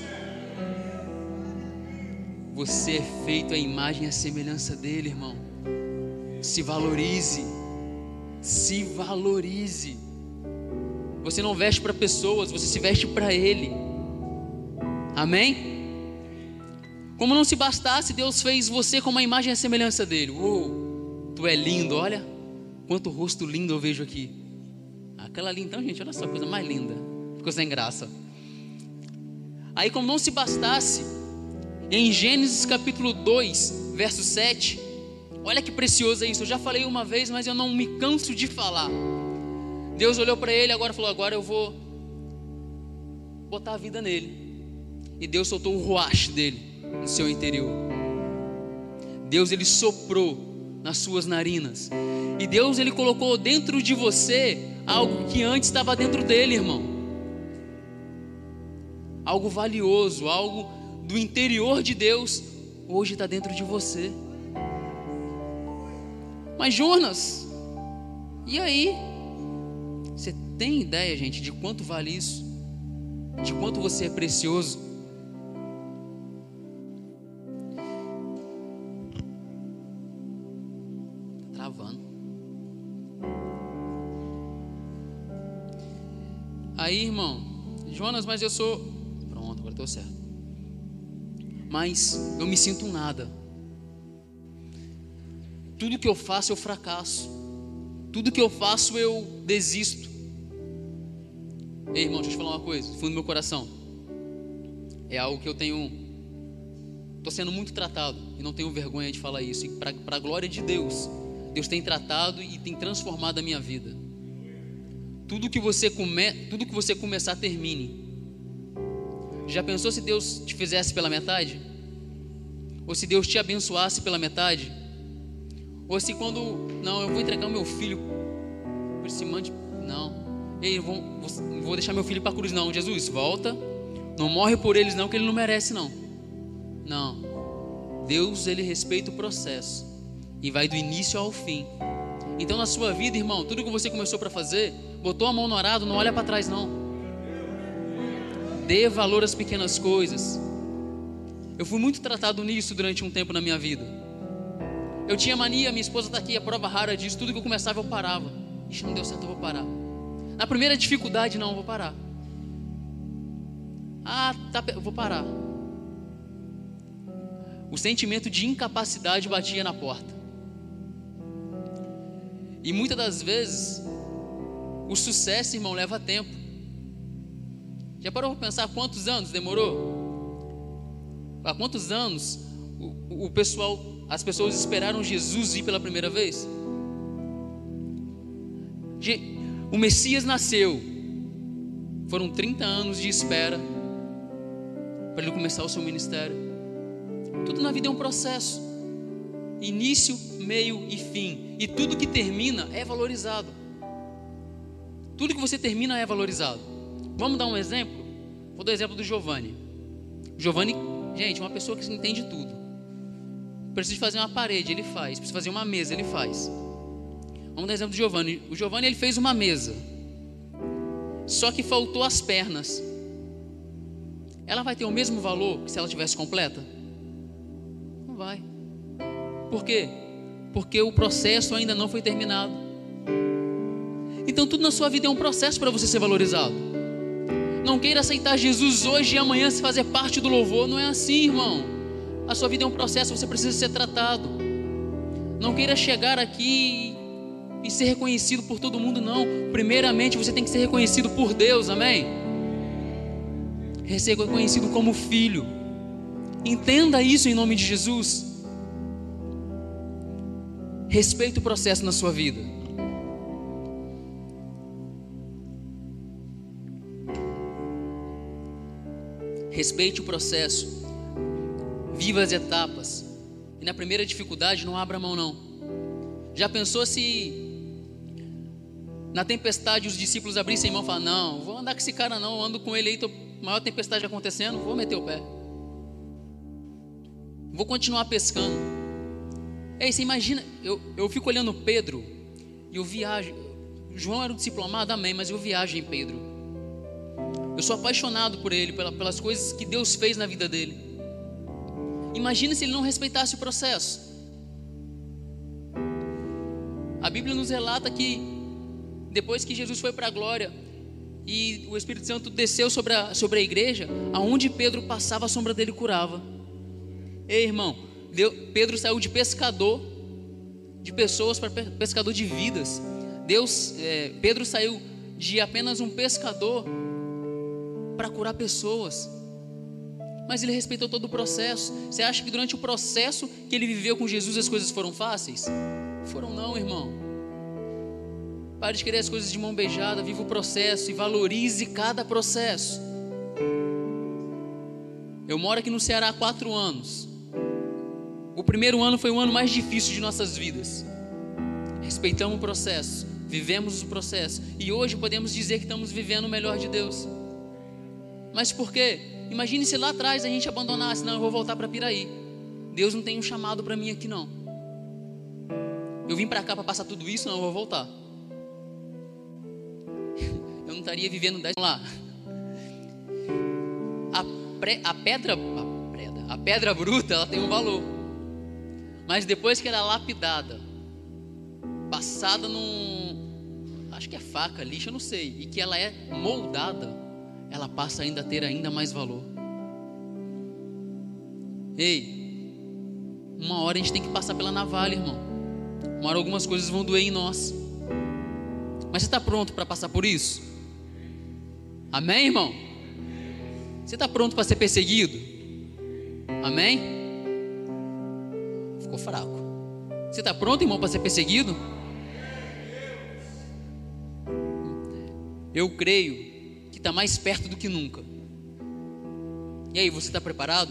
Você é feito a imagem e a semelhança dele, irmão. Se valorize. Se valorize. Você não veste para pessoas, você se veste para ele. Amém? Como não se bastasse, Deus fez você com a imagem e a semelhança dele. Uou, tu é lindo, olha quanto rosto lindo eu vejo aqui. Aquela ali então, gente, olha só, coisa mais linda. Ficou sem graça. Aí, como não se bastasse, em Gênesis capítulo dois, verso sete, olha que precioso é isso. Eu já falei uma vez, mas eu não me canso de falar. Deus olhou para ele, agora falou, agora eu vou botar a vida nele. E Deus soltou o ruach dele no seu interior. Deus, ele soprou nas suas narinas. E Deus, ele colocou dentro de você algo que antes estava dentro dele, irmão. Algo valioso, algo do interior de Deus, hoje está dentro de você. Mas Jonas, e aí? Você tem ideia, gente, de quanto vale isso? De quanto você é precioso? Tá travando. Aí, irmão, Jonas, mas eu sou... Pronto, agora estou certo. Mas eu me sinto um nada. Tudo que eu faço eu fracasso. Tudo que eu faço eu desisto. Ei, irmão, deixa eu te falar uma coisa, fundo do meu coração. É algo que eu tenho, estou sendo muito tratado e não tenho vergonha de falar isso. E para a glória de Deus, Deus tem tratado e tem transformado a minha vida. Tudo que você come, tudo que você começar, termine. Já pensou se Deus te fizesse pela metade? Ou se Deus te abençoasse pela metade? Ou se quando, não, eu vou entregar o meu filho por esse monte, não, ei, eu vou, vou, vou deixar meu filho para a cruz, não, Jesus, volta, não morre por eles não, que ele não merece não, não, Deus, ele respeita o processo e vai do início ao fim. Então na sua vida, irmão, tudo que você começou para fazer, botou a mão no arado, não olha para trás não. Dê valor às pequenas coisas. Eu fui muito tratado nisso durante um tempo na minha vida. Eu tinha mania, minha esposa está aqui, a prova rara disso. Tudo que eu começava eu parava. Ixi, não deu certo, eu vou parar. Na primeira dificuldade, não, eu vou parar. Ah, tá, eu vou parar. O sentimento de incapacidade batia na porta. E muitas das vezes o sucesso, irmão, leva tempo. Já parou para pensar quantos anos demorou? Há quantos anos o, o pessoal, as pessoas esperaram Jesus vir pela primeira vez? O Messias nasceu. Foram trinta anos de espera para ele começar o seu ministério. Tudo na vida é um processo. Início, meio e fim. E tudo que termina é valorizado. Tudo que você termina é valorizado. Vamos dar um exemplo? Vou dar o exemplo do Giovanni. Giovanni, gente, uma pessoa que entende tudo. Precisa fazer uma parede, ele faz. Precisa fazer uma mesa, ele faz. Vamos dar o exemplo do Giovanni. O Giovanni, ele fez uma mesa. Só que faltou as pernas. Ela vai ter o mesmo valor que se ela tivesse completa? Não vai. Por quê? Porque o processo ainda não foi terminado. Então tudo na sua vida é um processo para você ser valorizado. Não queira aceitar Jesus hoje e amanhã se fazer parte do louvor. Não é assim, irmão. A sua vida é um processo, você precisa ser tratado. Não queira chegar aqui e ser reconhecido por todo mundo, não. Primeiramente você tem que ser reconhecido por Deus, amém? Ser reconhecido como filho. Entenda isso em nome de Jesus. Respeite o processo na sua vida. Respeite o processo. Viva as etapas. E na primeira dificuldade não abra mão não. Já pensou se na tempestade os discípulos abrissem mão e falassem: não, vou andar com esse cara não, ando com ele aí, tô, maior tempestade acontecendo, vou meter o pé, vou continuar pescando. Ei, você imagina, eu, eu fico olhando Pedro e eu viajo. João era um discípulo amado, amém, mas eu viajo em Pedro. Eu sou apaixonado por ele, pelas coisas que Deus fez na vida dele. Imagina se ele não respeitasse o processo. A Bíblia nos relata que depois que Jesus foi para a glória e o Espírito Santo desceu sobre a, sobre a igreja, aonde Pedro passava, a sombra dele curava. Ei, irmão, Deus, Pedro saiu de pescador de pessoas para pescador de vidas. Deus, é, Pedro saiu de apenas um pescador para curar pessoas. Mas ele respeitou todo o processo. Você acha que durante o processo que ele viveu com Jesus as coisas foram fáceis? Foram não, irmão. Pare de querer as coisas de mão beijada. Viva o processo e valorize cada processo. Eu moro aqui no Ceará há quatro anos. O primeiro ano foi o ano mais difícil de nossas vidas. Respeitamos o processo, vivemos o processo, e hoje podemos dizer que estamos vivendo o melhor de Deus. Mas por quê? Imagine se lá atrás a gente abandonasse: não, eu vou voltar para Piraí. Deus não tem um chamado para mim aqui não. Eu vim para cá para passar tudo isso, não, eu vou voltar. Eu não estaria vivendo dez lá. A, pre, a pedra, a pedra, a pedra bruta, ela tem um valor. Mas depois que ela é lapidada, passada num, acho que é faca, lixo, eu não sei, e que ela é moldada, ela passa ainda a ter ainda mais valor. Ei, uma hora a gente tem que passar pela navalha, irmão. Uma hora algumas coisas vão doer em nós. Mas você está pronto para passar por isso? Amém, irmão? Você está pronto para ser perseguido? Amém? Ficou fraco. Você está pronto, irmão, para ser perseguido? Eu creio que está mais perto do que nunca. E aí, você está preparado?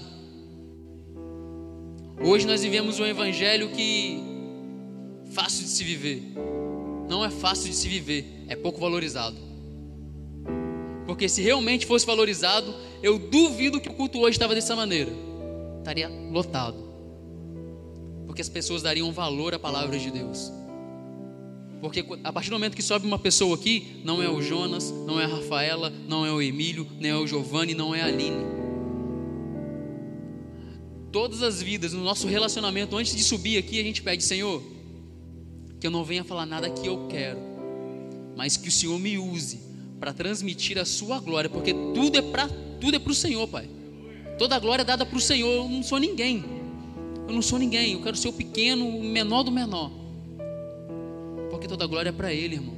Hoje nós vivemos um evangelho que fácil de se viver. Não é fácil de se viver, é pouco valorizado. Porque se realmente fosse valorizado, eu duvido que o culto hoje estava dessa maneira. Estaria lotado. Porque as pessoas dariam valor à palavra de Deus. Porque a partir do momento que sobe uma pessoa aqui, não é o Jonas, não é a Rafaela, não é o Emílio, nem é o Giovanni, não é a Aline. Todas as vidas, no nosso relacionamento, antes de subir aqui, a gente pede: Senhor, que eu não venha falar nada que eu quero, mas que o Senhor me use para transmitir a sua glória, porque tudo é para tudo é para o Senhor, Pai. Toda a glória é dada para o Senhor. Eu não sou ninguém, eu não sou ninguém, eu quero ser o pequeno, o menor do menor, porque toda a glória é para Ele, irmão.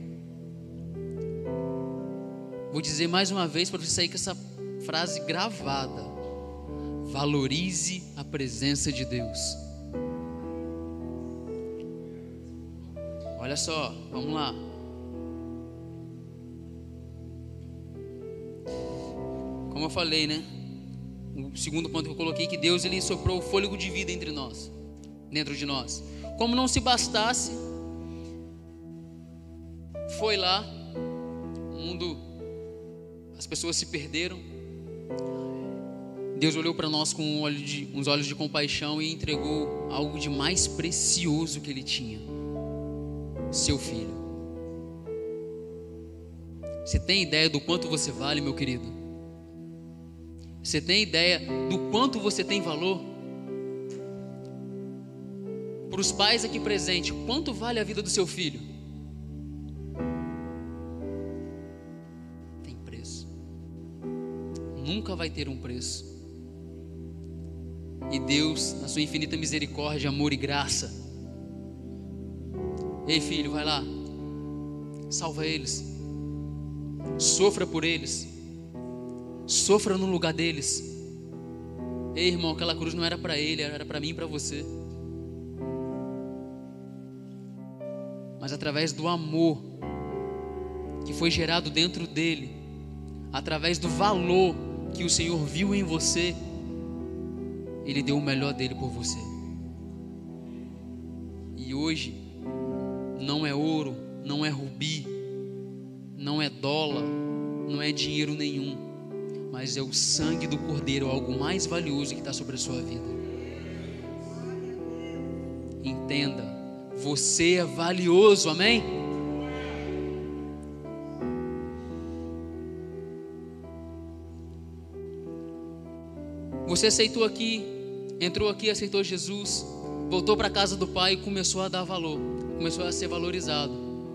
Vou dizer mais uma vez para você sair com essa frase gravada: valorize a presença de Deus. Olha só, vamos lá. Como eu falei, né? O segundo ponto que eu coloquei, que Deus, Ele soprou o fôlego de vida entre nós, dentro de nós. Como não se bastasse, foi lá, o mundo, as pessoas se perderam. Deus olhou para nós com um olho de, uns olhos de compaixão e entregou algo de mais precioso que Ele tinha: seu filho. Você tem ideia do quanto você vale, meu querido? Você tem ideia do quanto você tem valor? Para os pais aqui presentes, quanto vale a vida do seu filho? Tem preço. Nunca vai ter um preço. E Deus, na sua infinita misericórdia, amor e graça: ei, filho, vai lá, salva eles, sofra por eles, sofra no lugar deles. Ei, irmão, aquela cruz não era para ele, era para mim e para você. Mas através do amor que foi gerado dentro dele, através do valor que o Senhor viu em você, Ele deu o melhor dele por você. E hoje não é ouro, não é rubi, não é dólar, não é dinheiro nenhum, mas é o sangue do Cordeiro, algo mais valioso que está sobre a sua vida. Entenda, você é valioso, amém? Você aceitou aqui, entrou aqui, aceitou Jesus, voltou para a casa do Pai e começou a dar valor, começou a ser valorizado.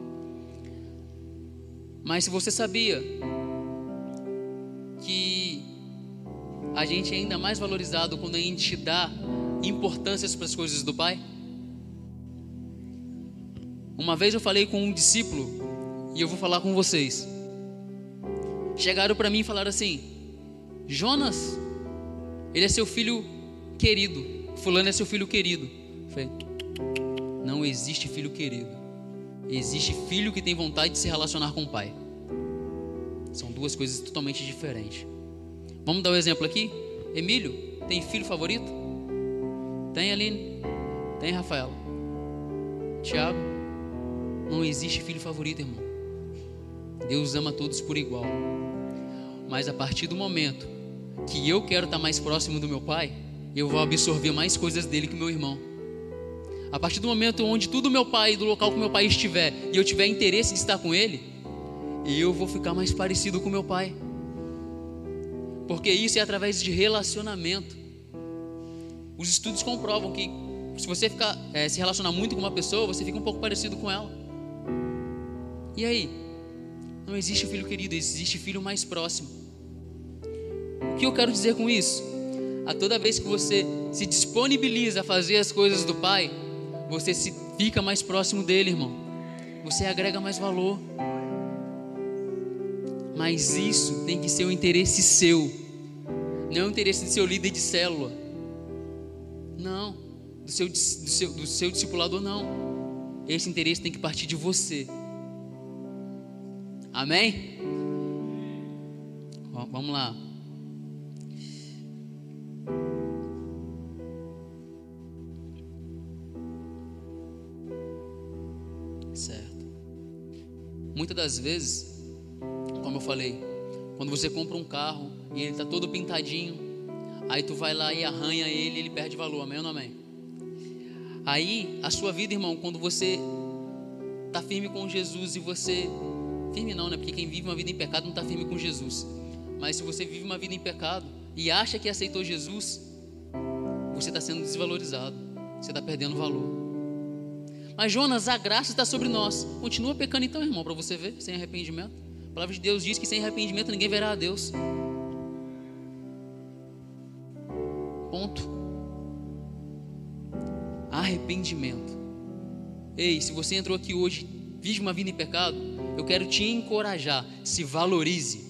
Mas se você sabia que a gente é ainda mais valorizado quando a gente dá importância para as coisas do Pai? Uma vez eu falei com um discípulo, e eu vou falar com vocês. Chegaram para mim e falaram assim: Jonas, ele é seu filho querido, fulano é seu filho querido. Eu falei: não existe filho querido, existe filho que tem vontade de se relacionar com o pai. São duas coisas totalmente diferentes. Vamos dar um exemplo aqui. Emílio, tem filho favorito? Tem, Aline? Tem, Rafaela? Tiago? Não existe filho favorito, irmão. Deus ama todos por igual. Mas a partir do momento que eu quero estar mais próximo do meu pai, eu vou absorver mais coisas dele que o meu irmão. A partir do momento onde tudo meu pai, do local que meu pai estiver, e eu tiver interesse de estar com ele, eu vou ficar mais parecido com meu pai. Porque isso é através de relacionamento. Os estudos comprovam que se você ficar, é, se relacionar muito com uma pessoa, você fica um pouco parecido com ela. E aí? Não existe filho querido, existe filho mais próximo. O que eu quero dizer com isso? A toda vez que você se disponibiliza a fazer as coisas do Pai, você se fica mais próximo dele, irmão. Você agrega mais valor. Mas isso tem que ser um interesse seu, não é o interesse do seu líder de célula, não, do seu, do seu, do seu discipulador, não. Esse interesse tem que partir de você. Amém? Ó, vamos lá. Certo. Muitas das vezes, como eu falei, quando você compra um carro e ele está todo pintadinho, aí tu vai lá e arranha ele, ele perde valor, amém ou não amém? Aí a sua vida, irmão, quando você está firme com Jesus e você... Firme não, né? Porque quem vive uma vida em pecado não está firme com Jesus. Mas se você vive uma vida em pecado e acha que aceitou Jesus, você está sendo desvalorizado. Você está perdendo valor. Mas Jonas, a graça está sobre nós. Continua pecando então, irmão, para você ver, sem arrependimento. A palavra de Deus diz que sem arrependimento ninguém verá a Deus. Ponto. Arrependimento. Ei, se você entrou aqui hoje, vive uma vida em pecado, eu quero te encorajar, se valorize.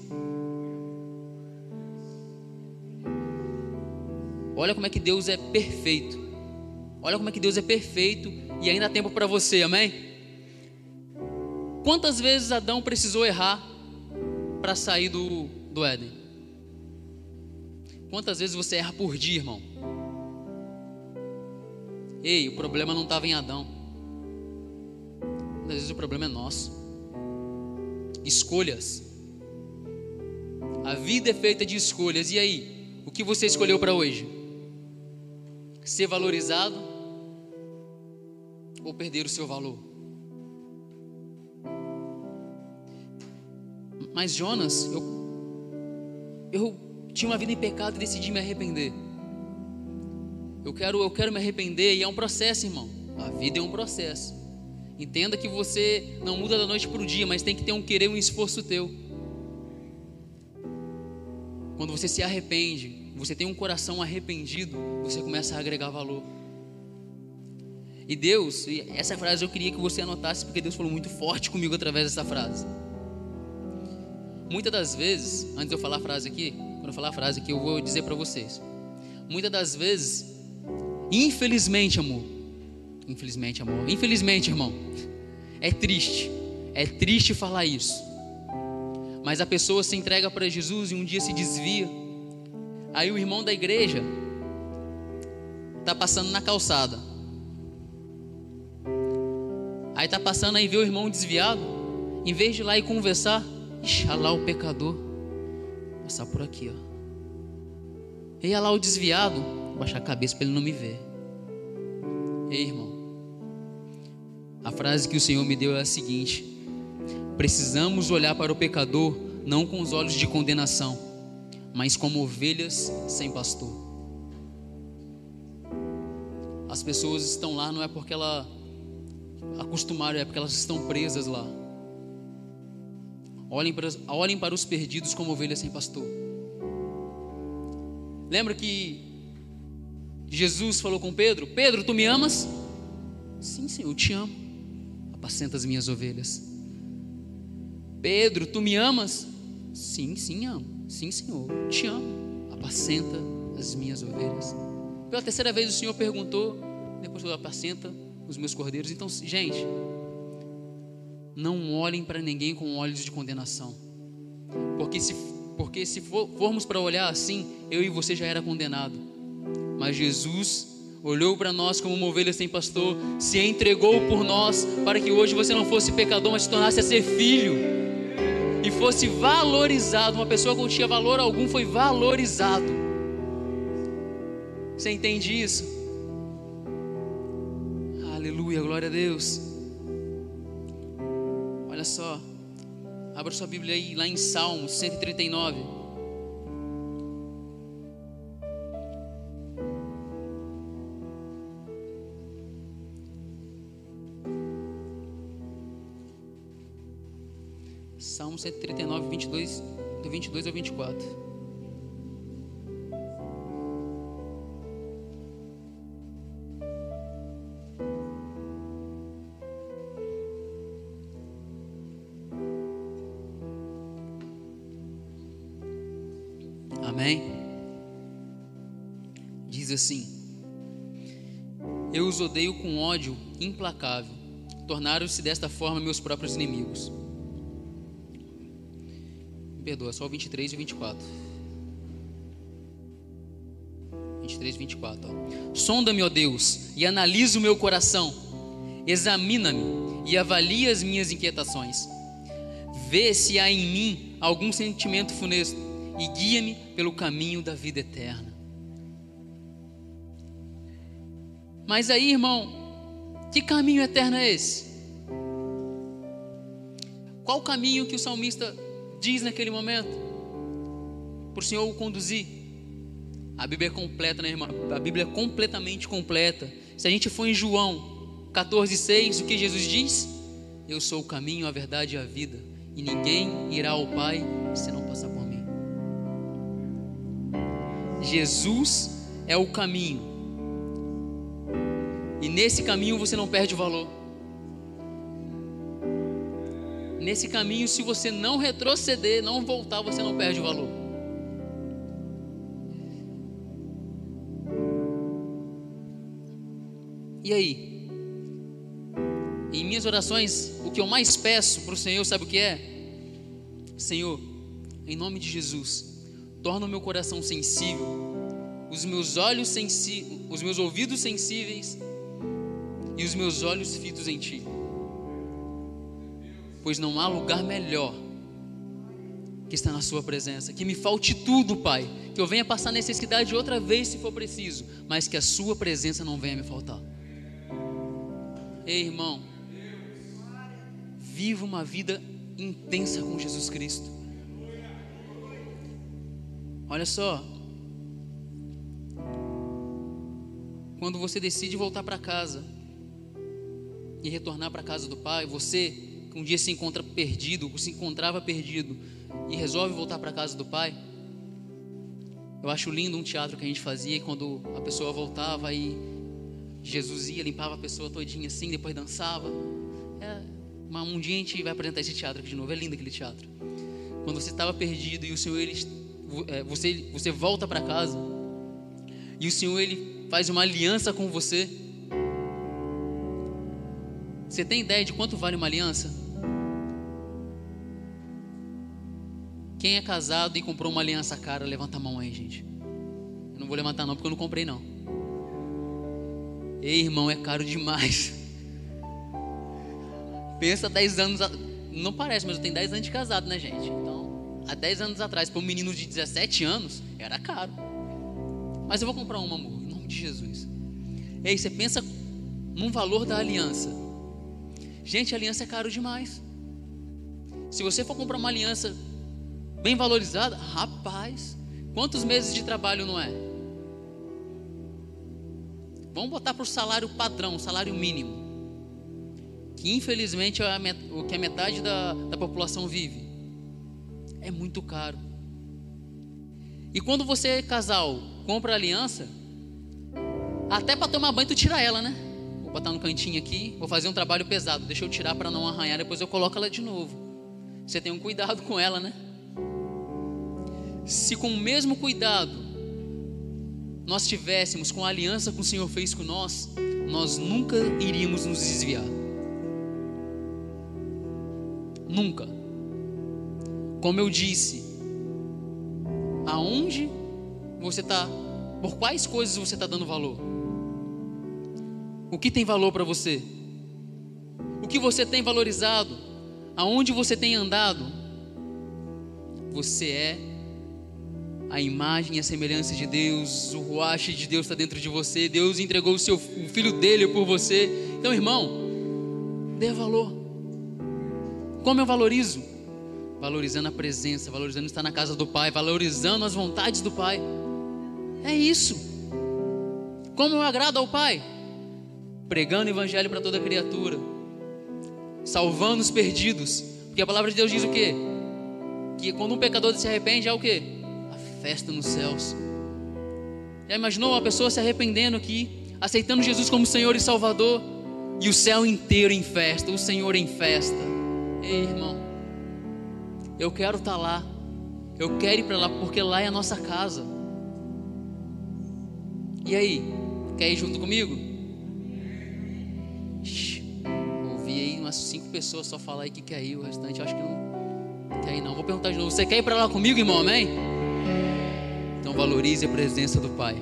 Olha como é que Deus é perfeito. Olha como é que Deus é perfeito e ainda há tempo para você, amém? Quantas vezes Adão precisou errar para sair do, do Éden? Quantas vezes você erra por dia, irmão? Ei, o problema não estava em Adão. Às vezes o problema é nosso. Escolhas. A vida é feita de escolhas. E aí, o que você escolheu para hoje? Ser valorizado ou perder o seu valor? Mas Jonas, eu, eu tinha uma vida em pecado e decidi me arrepender. Eu quero, eu quero me arrepender e é um processo, irmão. A vida é um processo. Entenda que você não muda da noite para o dia, mas tem que ter um querer e um esforço teu. Quando você se arrepende, você tem um coração arrependido, você começa a agregar valor. E Deus, e essa frase eu queria que você anotasse, porque Deus falou muito forte comigo através dessa frase. Muitas das vezes, antes de eu falar a frase aqui, quando eu falar a frase aqui, eu vou dizer para vocês. Muitas das vezes, infelizmente, amor, infelizmente, amor, infelizmente, irmão, é triste, é triste falar isso. Mas a pessoa se entrega para Jesus e um dia se desvia. Aí o irmão da igreja está passando na calçada. Aí está passando aí, vê o irmão desviado. Em vez de ir lá e conversar, ixi, olha lá o pecador, vou passar por aqui, ó. E olha lá o desviado, vou baixar a cabeça para ele não me ver. Ei, irmão, a frase que o Senhor me deu é a seguinte: precisamos olhar para o pecador não com os olhos de condenação, mas como ovelhas sem pastor. As pessoas estão lá não é porque elas acostumaram, é porque elas estão presas lá. Olhem para, olhem para os perdidos como ovelhas sem pastor. Lembra que Jesus falou com Pedro: Pedro, tu me amas? Sim, Senhor, eu te amo. Apacenta as minhas ovelhas. Pedro, tu me amas? Sim, sim, amo. Sim, Senhor, eu te amo. Apacenta as minhas ovelhas. Pela terceira vez o Senhor perguntou, depois falou: apacenta os meus cordeiros. Então, gente, não olhem para ninguém com olhos de condenação. Porque se, porque se for, formos para olhar assim, eu e você já era condenado. Mas Jesus olhou para nós como uma ovelha sem pastor, se entregou por nós, para que hoje você não fosse pecador, mas se tornasse a ser filho, e fosse valorizado. Uma pessoa que não tinha valor algum foi valorizado. Você entende isso? Aleluia, glória a Deus. Olha só, abra sua Bíblia aí, lá em Salmos cento e trinta e nove. Salmo cento e trinta e nove, vinte e dois, do vinte e dois ao vinte e quatro. Amém? Diz assim: eu os odeio com ódio implacável, tornaram-se desta forma meus próprios inimigos. Me perdoa, só o vinte e três e o vinte e quatro. vinte e três e vinte e quatro. Ó. Sonda-me, ó Deus, e analisa o meu coração. Examina-me e avalia as minhas inquietações. Vê se há em mim algum sentimento funesto e guia-me pelo caminho da vida eterna. Mas aí, irmão, que caminho eterno é esse? Qual o caminho que o salmista diz naquele momento? Para o Senhor o conduzir. A Bíblia é completa, né, irmã? A Bíblia é completamente completa. Se a gente for em João quatorze, seis, o que Jesus diz? Eu sou o caminho, a verdade e a vida, e ninguém irá ao Pai se não passar por mim. Jesus é o caminho, e nesse caminho você não perde o valor. Nesse caminho, se você não retroceder, não voltar, você não perde o valor. E aí? Em minhas orações, o que eu mais peço para o Senhor, sabe o que é? Senhor, em nome de Jesus, torna o meu coração sensível, os meus olhos sensíveis, os meus ouvidos sensíveis e os meus olhos fitos em Ti. Pois não há lugar melhor que estar na Sua presença. Que me falte tudo, Pai, que eu venha passar necessidade outra vez se for preciso, mas que a Sua presença não venha me faltar. Ei, irmão, viva uma vida intensa com Jesus Cristo. Olha só, quando você decide voltar para casa e retornar para a casa do Pai, você que um dia se encontra perdido, se encontrava perdido e resolve voltar para a casa do Pai, eu acho lindo um teatro que a gente fazia, quando a pessoa voltava e Jesus ia, limpava a pessoa todinha assim, depois dançava. É, mas um dia a gente vai apresentar esse teatro aqui de novo, é lindo aquele teatro. Quando você estava perdido e o Senhor, ele, você, você volta para casa e o Senhor, ele faz uma aliança com você. Você tem ideia de quanto vale uma aliança? Quem é casado e comprou uma aliança cara, levanta a mão aí, gente. Eu não vou levantar não, porque eu não comprei não. Ei, irmão, é caro demais. Pensa dez anos, não parece, mas eu tenho dez anos de casado, né, gente? Então, há dez anos atrás, para um menino de dezessete anos, era caro. Mas eu vou comprar uma, amor, em nome de Jesus. Ei, você pensa num valor da aliança. Gente, a aliança é caro demais. Se você for comprar uma aliança bem valorizada, rapaz, quantos meses de trabalho não é? Vamos botar para o salário padrão, salário mínimo, que infelizmente é o que a metade da, da população vive. É muito caro. E quando você, casal, compra a aliança, até para tomar banho tu tira ela, né? Vou botar no cantinho aqui, vou fazer um trabalho pesado, deixa eu tirar para não arranhar, depois eu coloco ela de novo. Você tem um cuidado com ela, né? Se com o mesmo cuidado nós tivéssemos com a aliança que o Senhor fez com nós, nós nunca iríamos nos desviar. Nunca. Como eu disse, aonde você está, por quais coisas você está dando valor? O que tem valor para você? O que você tem valorizado? Aonde você tem andado? Você é a imagem e a semelhança de Deus, o ruach de Deus está dentro de você. Deus entregou o, seu, o filho dele por você. Então, irmão, dê valor. Como eu valorizo? Valorizando a presença, valorizando estar na casa do Pai, valorizando as vontades do Pai. É isso. Como eu agrado ao Pai? Pregando o evangelho para toda criatura, salvando os perdidos, porque a palavra de Deus diz o quê? Que quando um pecador se arrepende, é o quê? Festa nos céus. Já imaginou uma pessoa se arrependendo aqui, aceitando Jesus como Senhor e Salvador, e o céu inteiro em festa, o Senhor em festa? Ei, irmão, eu quero estar lá, eu quero ir para lá, porque lá é a nossa casa. E aí, quer ir junto comigo? Ixi, ouvi aí umas cinco pessoas só falar aí que quer ir, o restante eu acho que não quer ir não. Vou perguntar de novo, você quer ir para lá comigo, irmão? Amém? Então valorize a presença do Pai.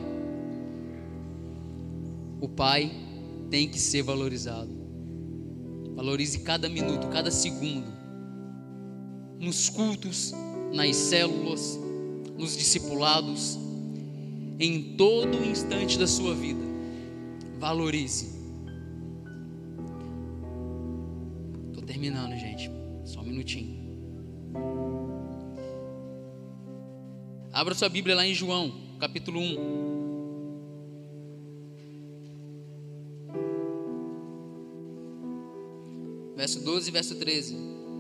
O Pai tem que ser valorizado. Valorize cada minuto, cada segundo. Nos cultos, nas células, nos discipulados, em todo instante da sua vida. Valorize. Estou terminando, gente. Só um minuto. minutinho. Abra sua Bíblia lá em João, capítulo um. Verso doze e verso treze.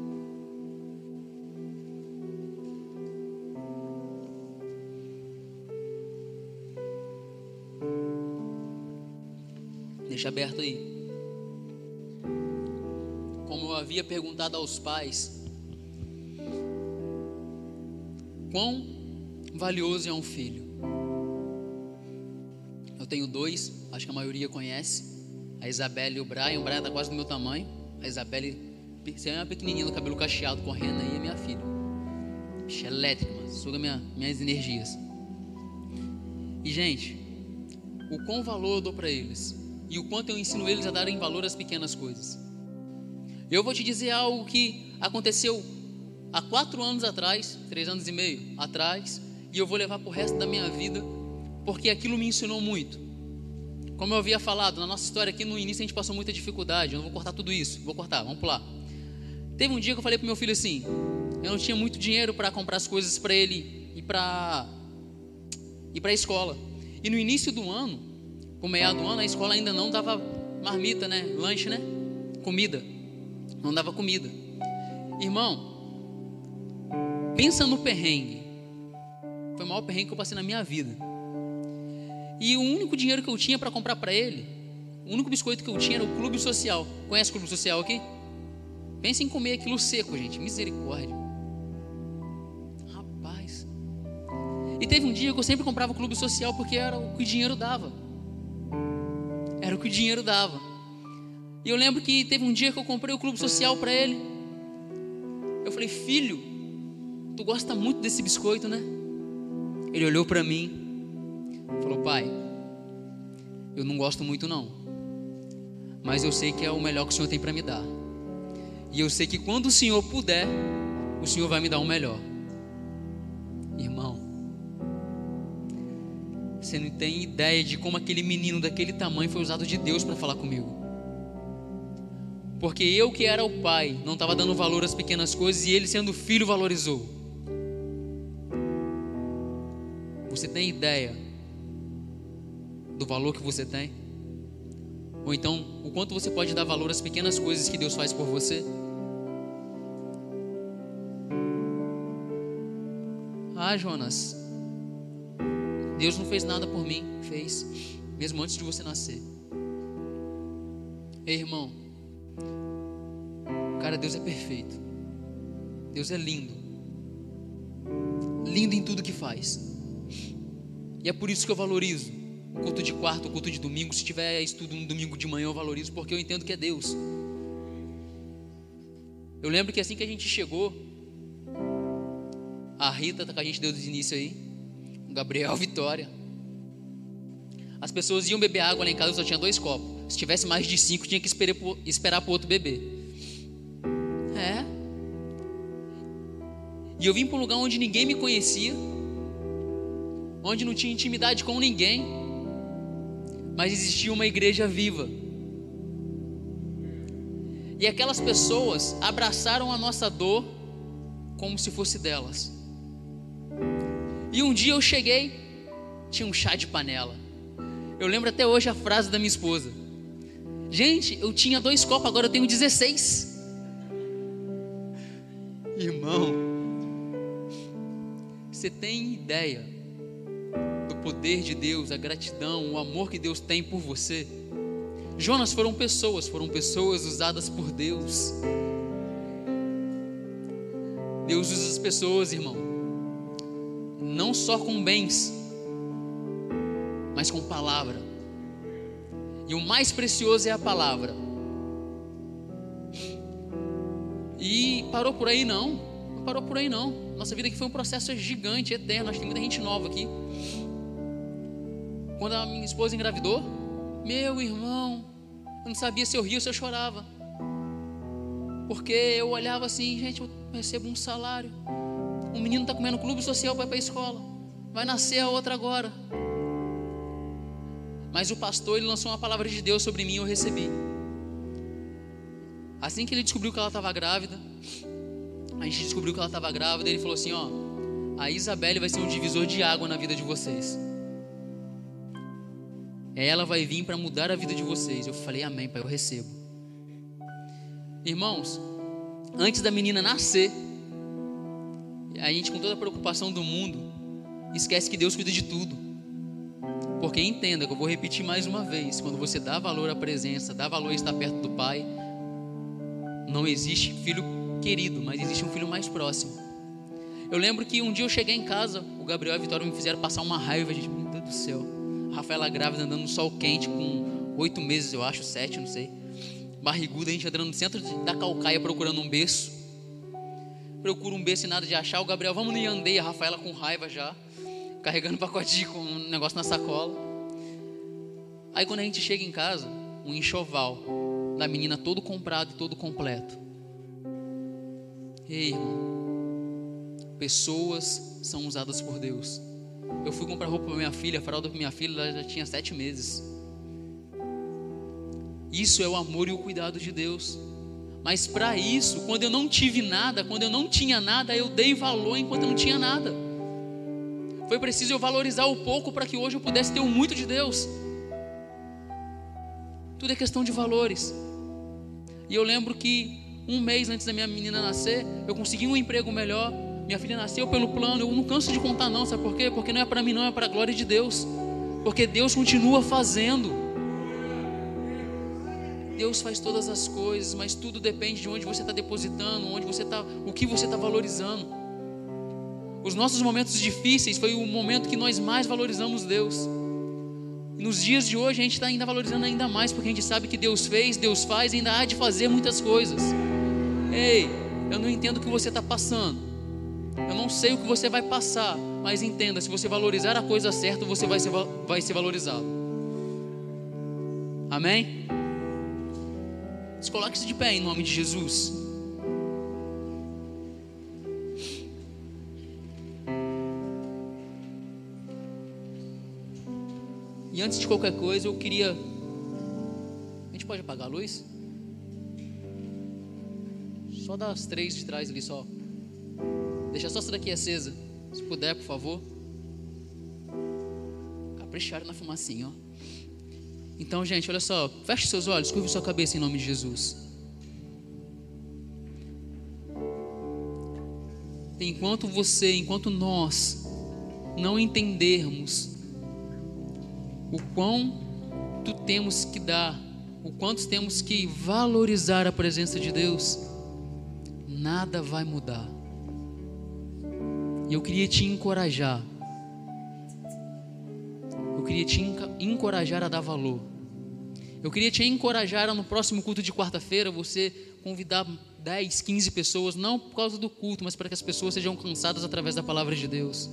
Deixa aberto aí. Como eu havia perguntado aos pais, quão valioso é um filho? Eu tenho dois, acho que a maioria conhece, a Isabelle e o Brian. O Brian está quase do meu tamanho. A Isabelle, você é uma pequenininha do cabelo cacheado correndo aí, é minha filha. Bicha elétrica, mano, suga minha, minhas energias. E gente, o quão valor eu dou para eles e o quanto eu ensino eles a darem valor às pequenas coisas. Eu vou te dizer algo que aconteceu há quatro anos atrás, três anos e meio atrás, e eu vou levar para o resto da minha vida, porque aquilo me ensinou muito. Como eu havia falado, na nossa história aqui no início a gente passou muita dificuldade. Eu não vou cortar tudo isso, vou cortar, vamos pular. Teve um dia que eu falei para meu filho assim, eu não tinha muito dinheiro para comprar as coisas para ele ir para ir para a escola. E no início do ano, com meado do ano, a escola ainda não dava marmita, né? Lanche, né? Comida. Não dava comida. Irmão, pensa no perrengue. Foi o maior perrengue que eu passei na minha vida. E o único dinheiro que eu tinha para comprar para ele, o único biscoito que eu tinha era o Clube Social. Conhece o Clube Social aqui? Pensa em comer aquilo seco, gente. Misericórdia. Rapaz. E teve um dia que eu sempre comprava o Clube Social porque era o que o dinheiro dava. Era o que o dinheiro dava. E eu lembro que teve um dia que eu comprei o Clube Social para ele. Eu falei, filho, tu gosta muito desse biscoito, né? Ele olhou para mim. Falou, pai, eu não gosto muito não, mas eu sei que é o melhor que o Senhor tem para me dar. E eu sei que quando o Senhor puder, o Senhor vai me dar o melhor. Irmão, você não tem ideia de como aquele menino daquele tamanho foi usado de Deus para falar comigo. Porque eu que era o pai, não estava dando valor às pequenas coisas, e ele sendo filho valorizou. Você tem ideia do valor que você tem? Ou então, o quanto você pode dar valor às pequenas coisas que Deus faz por você? Ah, Jonas, Deus não fez nada por mim. Fez, mesmo antes de você nascer. Ei, irmão, cara, Deus é perfeito. Deus é lindo. Lindo em tudo que faz. E é por isso que eu valorizo o culto de quarta, o culto de domingo. Se tiver estudo no domingo de manhã, eu valorizo, porque eu entendo que é Deus. Eu lembro que assim que a gente chegou, a Rita tá com a gente desde o início aí, o Gabriel, a Vitória. As pessoas iam beber água lá em casa, eu só tinha dois copos. Se tivesse mais de cinco, tinha que esperar esperar para o outro beber. É. E eu vim para um lugar onde ninguém me conhecia, onde não tinha intimidade com ninguém, mas existia uma igreja viva. E aquelas pessoas abraçaram a nossa dor como se fosse delas. E um dia eu cheguei, tinha um chá de panela. Eu lembro até hoje a frase da minha esposa: gente, eu tinha dois copos, agora eu tenho dezesseis. Irmão, você tem ideia do poder de Deus, a gratidão, o amor que Deus tem por você? Jonas foram pessoas, foram pessoas usadas por Deus. Deus usa as pessoas, irmão, não só com bens, mas com palavra. E o mais precioso é a palavra. E parou por aí não, não parou por aí não. Nossa vida aqui foi um processo gigante, eterno. Acho que tem muita gente nova aqui. Quando a minha esposa engravidou, meu irmão, eu não sabia se eu ria ou se eu chorava. Porque eu olhava assim, gente, eu recebo um salário. Um menino está comendo clube social para ir para a escola. Vai nascer a outra agora. Mas o pastor, ele lançou uma palavra de Deus sobre mim e eu recebi. Assim que ele descobriu que ela estava grávida, a gente descobriu que ela estava grávida. Ele falou assim, ó, a Isabelle vai ser um divisor de água na vida de vocês. Ela vai vir para mudar a vida de vocês. Eu falei, amém, pai, eu recebo. Irmãos, antes da menina nascer, a gente, com toda a preocupação do mundo, esquece que Deus cuida de tudo. Porque entenda, que eu vou repetir mais uma vez, quando você dá valor à presença, dá valor a estar perto do Pai, não existe filho querido, mas existe um filho mais próximo. Eu lembro que um dia eu cheguei em casa, o Gabriel e a Vitória me fizeram passar uma raiva, gente, meu Deus do céu. A Rafaela grávida, andando no sol quente, com oito meses, eu acho, sete, não sei. Barriguda, a gente andando no centro da Calcaia procurando um berço. Procura um berço e nada de achar. O Gabriel, vamos no Yandei, a Rafaela com raiva já, carregando um pacotinho com um negócio na sacola. Aí quando a gente chega em casa, um enxoval da menina todo comprado e todo completo. Ei, irmão, pessoas são usadas por Deus. Eu fui comprar roupa para minha filha, fralda para minha filha, ela já tinha sete meses. Isso é o amor e o cuidado de Deus. Mas para isso, quando eu não tive nada, quando eu não tinha nada, eu dei valor enquanto eu não tinha nada. Foi preciso eu valorizar o pouco para que hoje eu pudesse ter o muito de Deus. Tudo é questão de valores. E eu lembro que um mês antes da minha menina nascer, eu consegui um emprego melhor. Minha filha nasceu pelo plano. Eu não canso de contar não, sabe por quê? Porque não é para mim não, é para a glória de Deus. Porque Deus continua fazendo. Deus faz todas as coisas, mas tudo depende de onde você está depositando, onde você está, o que você está valorizando. Os nossos momentos difíceis foi o momento que nós mais valorizamos Deus. E nos dias de hoje a gente está ainda valorizando ainda mais, porque a gente sabe que Deus fez, Deus faz e ainda há de fazer muitas coisas. Ei, eu não entendo o que você está passando, eu não sei o que você vai passar, mas entenda, se você valorizar a coisa certa, você vai ser, vai ser valorizado. Amém? Se coloque-se de pé em nome de Jesus. E antes de qualquer coisa, eu queria... A gente pode apagar a luz? Só das três de trás ali só. Deixa só essa daqui acesa, se puder, por favor. Capricharam na fumacinha, ó. Então, gente, olha só, feche seus olhos, curve sua cabeça em nome de Jesus. Enquanto você, enquanto nós não entendermos o quanto temos que dar, o quanto temos que valorizar a presença de Deus, nada vai mudar. E eu queria te encorajar. Eu queria te encorajar a dar valor. Eu queria te encorajar a, no próximo culto de quarta-feira, você convidar dez, quinze pessoas, não por causa do culto, mas para que as pessoas sejam alcançadas através da palavra de Deus.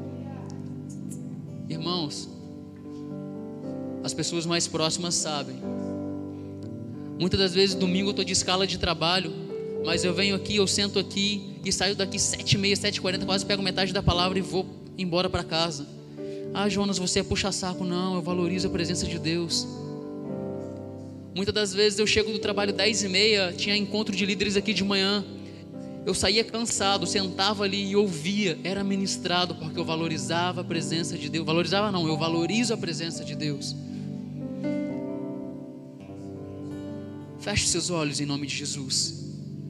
Irmãos, as pessoas mais próximas sabem. Muitas das vezes, domingo eu estou de escala de trabalho, mas eu venho aqui, eu sento aqui e saio daqui sete e meia, sete e quarenta, quase pego metade da palavra e vou embora para casa. Ah, Jonas, você é puxa-saco. Não, eu valorizo a presença de Deus. Muitas das vezes eu chego do trabalho dez e meia, tinha encontro de líderes aqui de manhã. Eu saía cansado, sentava ali e ouvia, era ministrado, porque eu valorizava a presença de Deus. Valorizava não, eu valorizo a presença de Deus. Feche seus olhos em nome de Jesus.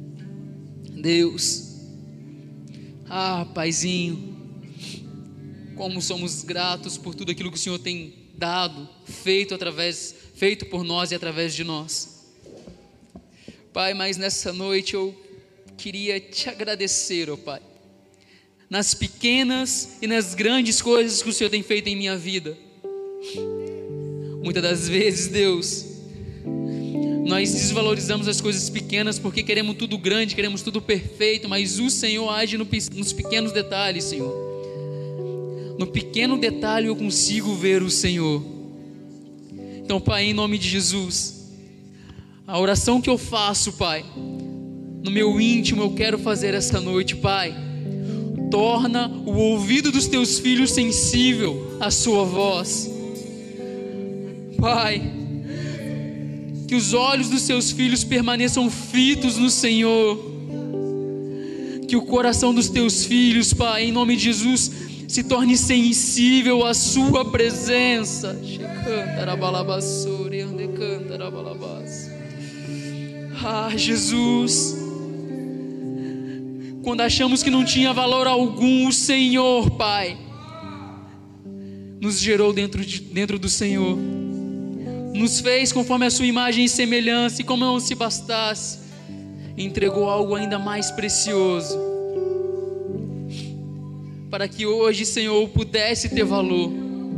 Deus, ah, Paizinho, como somos gratos por tudo aquilo que o Senhor tem dado, feito através, feito por nós e através de nós. Pai, mas nessa noite eu queria te agradecer, ó Pai, nas pequenas e nas grandes coisas que o Senhor tem feito em minha vida. Muitas das vezes, Deus, nós desvalorizamos as coisas pequenas porque queremos tudo grande, queremos tudo perfeito, mas o Senhor age no, nos pequenos detalhes, Senhor. No pequeno detalhe eu consigo ver o Senhor. Então, Pai, em nome de Jesus, a oração que eu faço, Pai, no meu íntimo eu quero fazer esta noite, Pai, torna o ouvido dos teus filhos sensível à sua voz. Pai, que os olhos dos seus filhos permaneçam fitos no Senhor, Que o coração dos teus filhos, Pai, em nome de Jesus, se torne sensível à sua presença. Ah, Jesus, quando achamos que não tinha valor algum, o Senhor, Pai, nos gerou dentro, de, dentro do Senhor, nos fez conforme a sua imagem e semelhança, e como não se bastasse, entregou algo ainda mais precioso, para que hoje, Senhor, pudesse ter valor.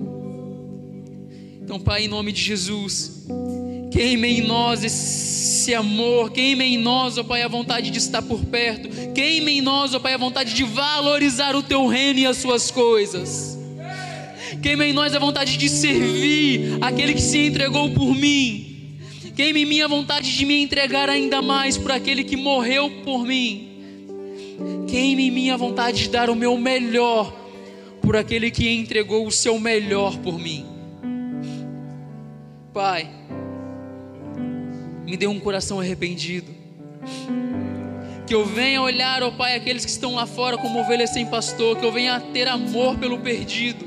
Então, Pai, em nome de Jesus, queime em nós esse amor, queime em nós, ó Pai, a vontade de estar por perto, queime em nós, ó Pai, a vontade de valorizar o Teu reino e as Suas coisas, queime em nós a vontade de servir aquele que se entregou por mim, queime em mim a vontade de me entregar ainda mais por aquele que morreu por mim, queime em mim a vontade de dar o meu melhor por aquele que entregou o seu melhor por mim. Pai, me dê um coração arrependido, que eu venha olhar, ó Pai, aqueles que estão lá fora como ovelhas sem pastor, que eu venha ter amor pelo perdido,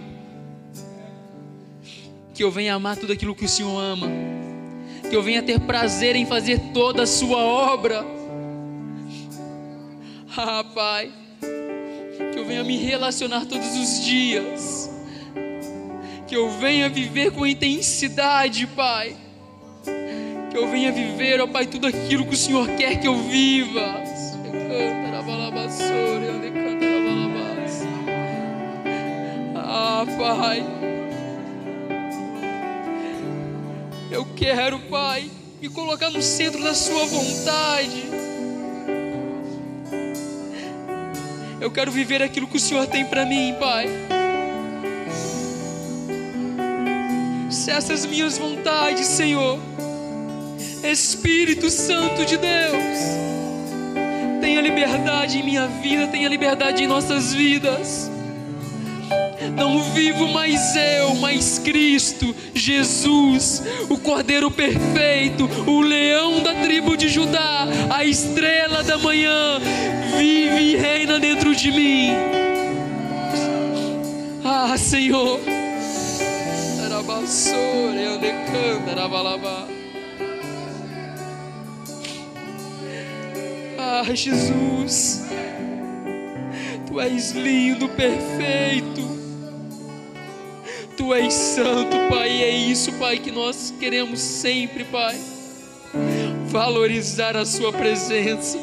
que eu venha amar tudo aquilo que o Senhor ama, que eu venha ter prazer em fazer toda a sua obra. Ah, Pai, que eu venha me relacionar todos os dias, que eu venha viver com intensidade, Pai, que eu venha viver, ó Pai, tudo aquilo que o Senhor quer que eu viva. Ah, Pai, eu quero, Pai, me colocar no centro da Sua vontade. Eu quero viver aquilo que o Senhor tem para mim, Pai. Se essas minhas vontades, Senhor, Espírito Santo de Deus, tenha liberdade em minha vida, tenha liberdade em nossas vidas. Não vivo mais eu, mas Cristo, Jesus, o Cordeiro perfeito, o leão da tribo de Judá, a estrela da manhã, vive e reina dentro de mim. Ah, Senhor, ah, Jesus, Tu és lindo, perfeito, Tu és santo, Pai, e é isso, Pai, que nós queremos sempre, Pai, valorizar a Sua presença,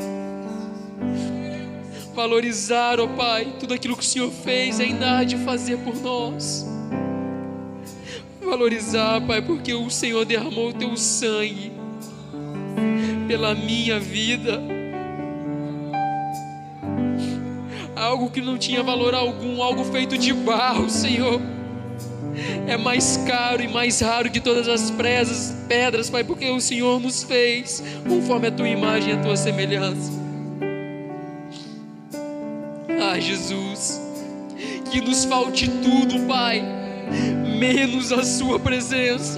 valorizar, ó Pai, tudo aquilo que o Senhor fez e ainda há de fazer por nós, valorizar, Pai, porque o Senhor derramou o Teu sangue pela minha vida, algo que não tinha valor algum, algo feito de barro, Senhor, é mais caro e mais raro que todas as presas, pedras, Pai, porque o Senhor nos fez conforme a Tua imagem e a Tua semelhança. Ah, Jesus, que nos falte tudo, Pai, menos a Sua presença.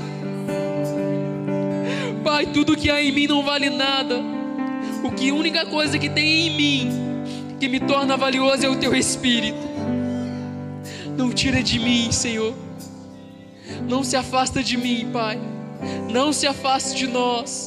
Pai, tudo que há em mim não vale nada. O que a única coisa que tem em mim que me torna valioso é o Teu Espírito. Não tira de mim, Senhor. Não se afasta de mim, Pai. Não se afaste de nós.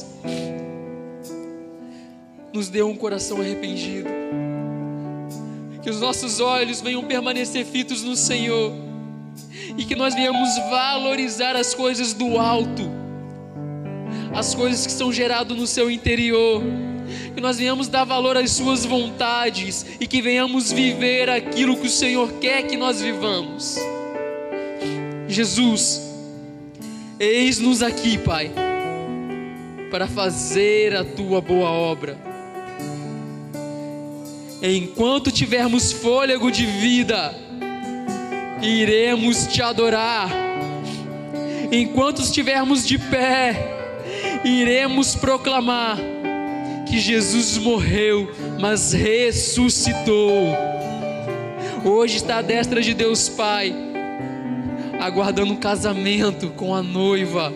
Nos dê um coração arrependido. Que os nossos olhos venham permanecer fitos no Senhor. E que nós venhamos valorizar as coisas do alto, as coisas que são geradas no seu interior. Que nós venhamos dar valor às Suas vontades e que venhamos viver aquilo que o Senhor quer que nós vivamos. Jesus, eis-nos aqui, Pai, para fazer a Tua boa obra. Enquanto tivermos fôlego de vida, iremos Te adorar. Enquanto estivermos de pé, iremos proclamar que Jesus morreu, mas ressuscitou. Hoje está à destra de Deus Pai, aguardando um casamento com a noiva.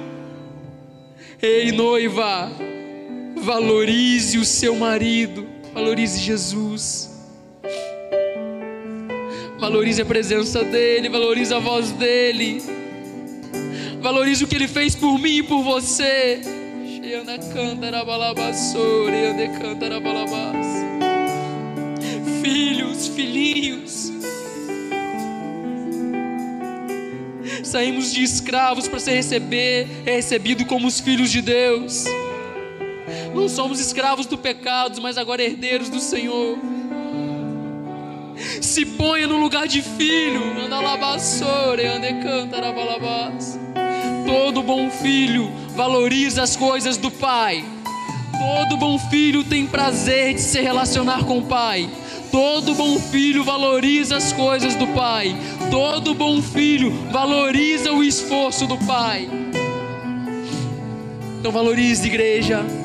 Ei, noiva, valorize o seu marido, Valorize Jesus. Valorize a presença dEle, valorize a voz dEle. Valorize o que Ele fez por mim e por você. Filhos, filhinhos, saímos de escravos para ser receber, recebido como os filhos de Deus. Não somos escravos do pecado, mas agora herdeiros do Senhor. Se ponha no lugar de filho. Todo bom filho valoriza as coisas do Pai. Todo bom filho tem prazer de se relacionar com o Pai. Todo bom filho valoriza as coisas do Pai. Todo bom filho valoriza o esforço do Pai. Então valorize, igreja.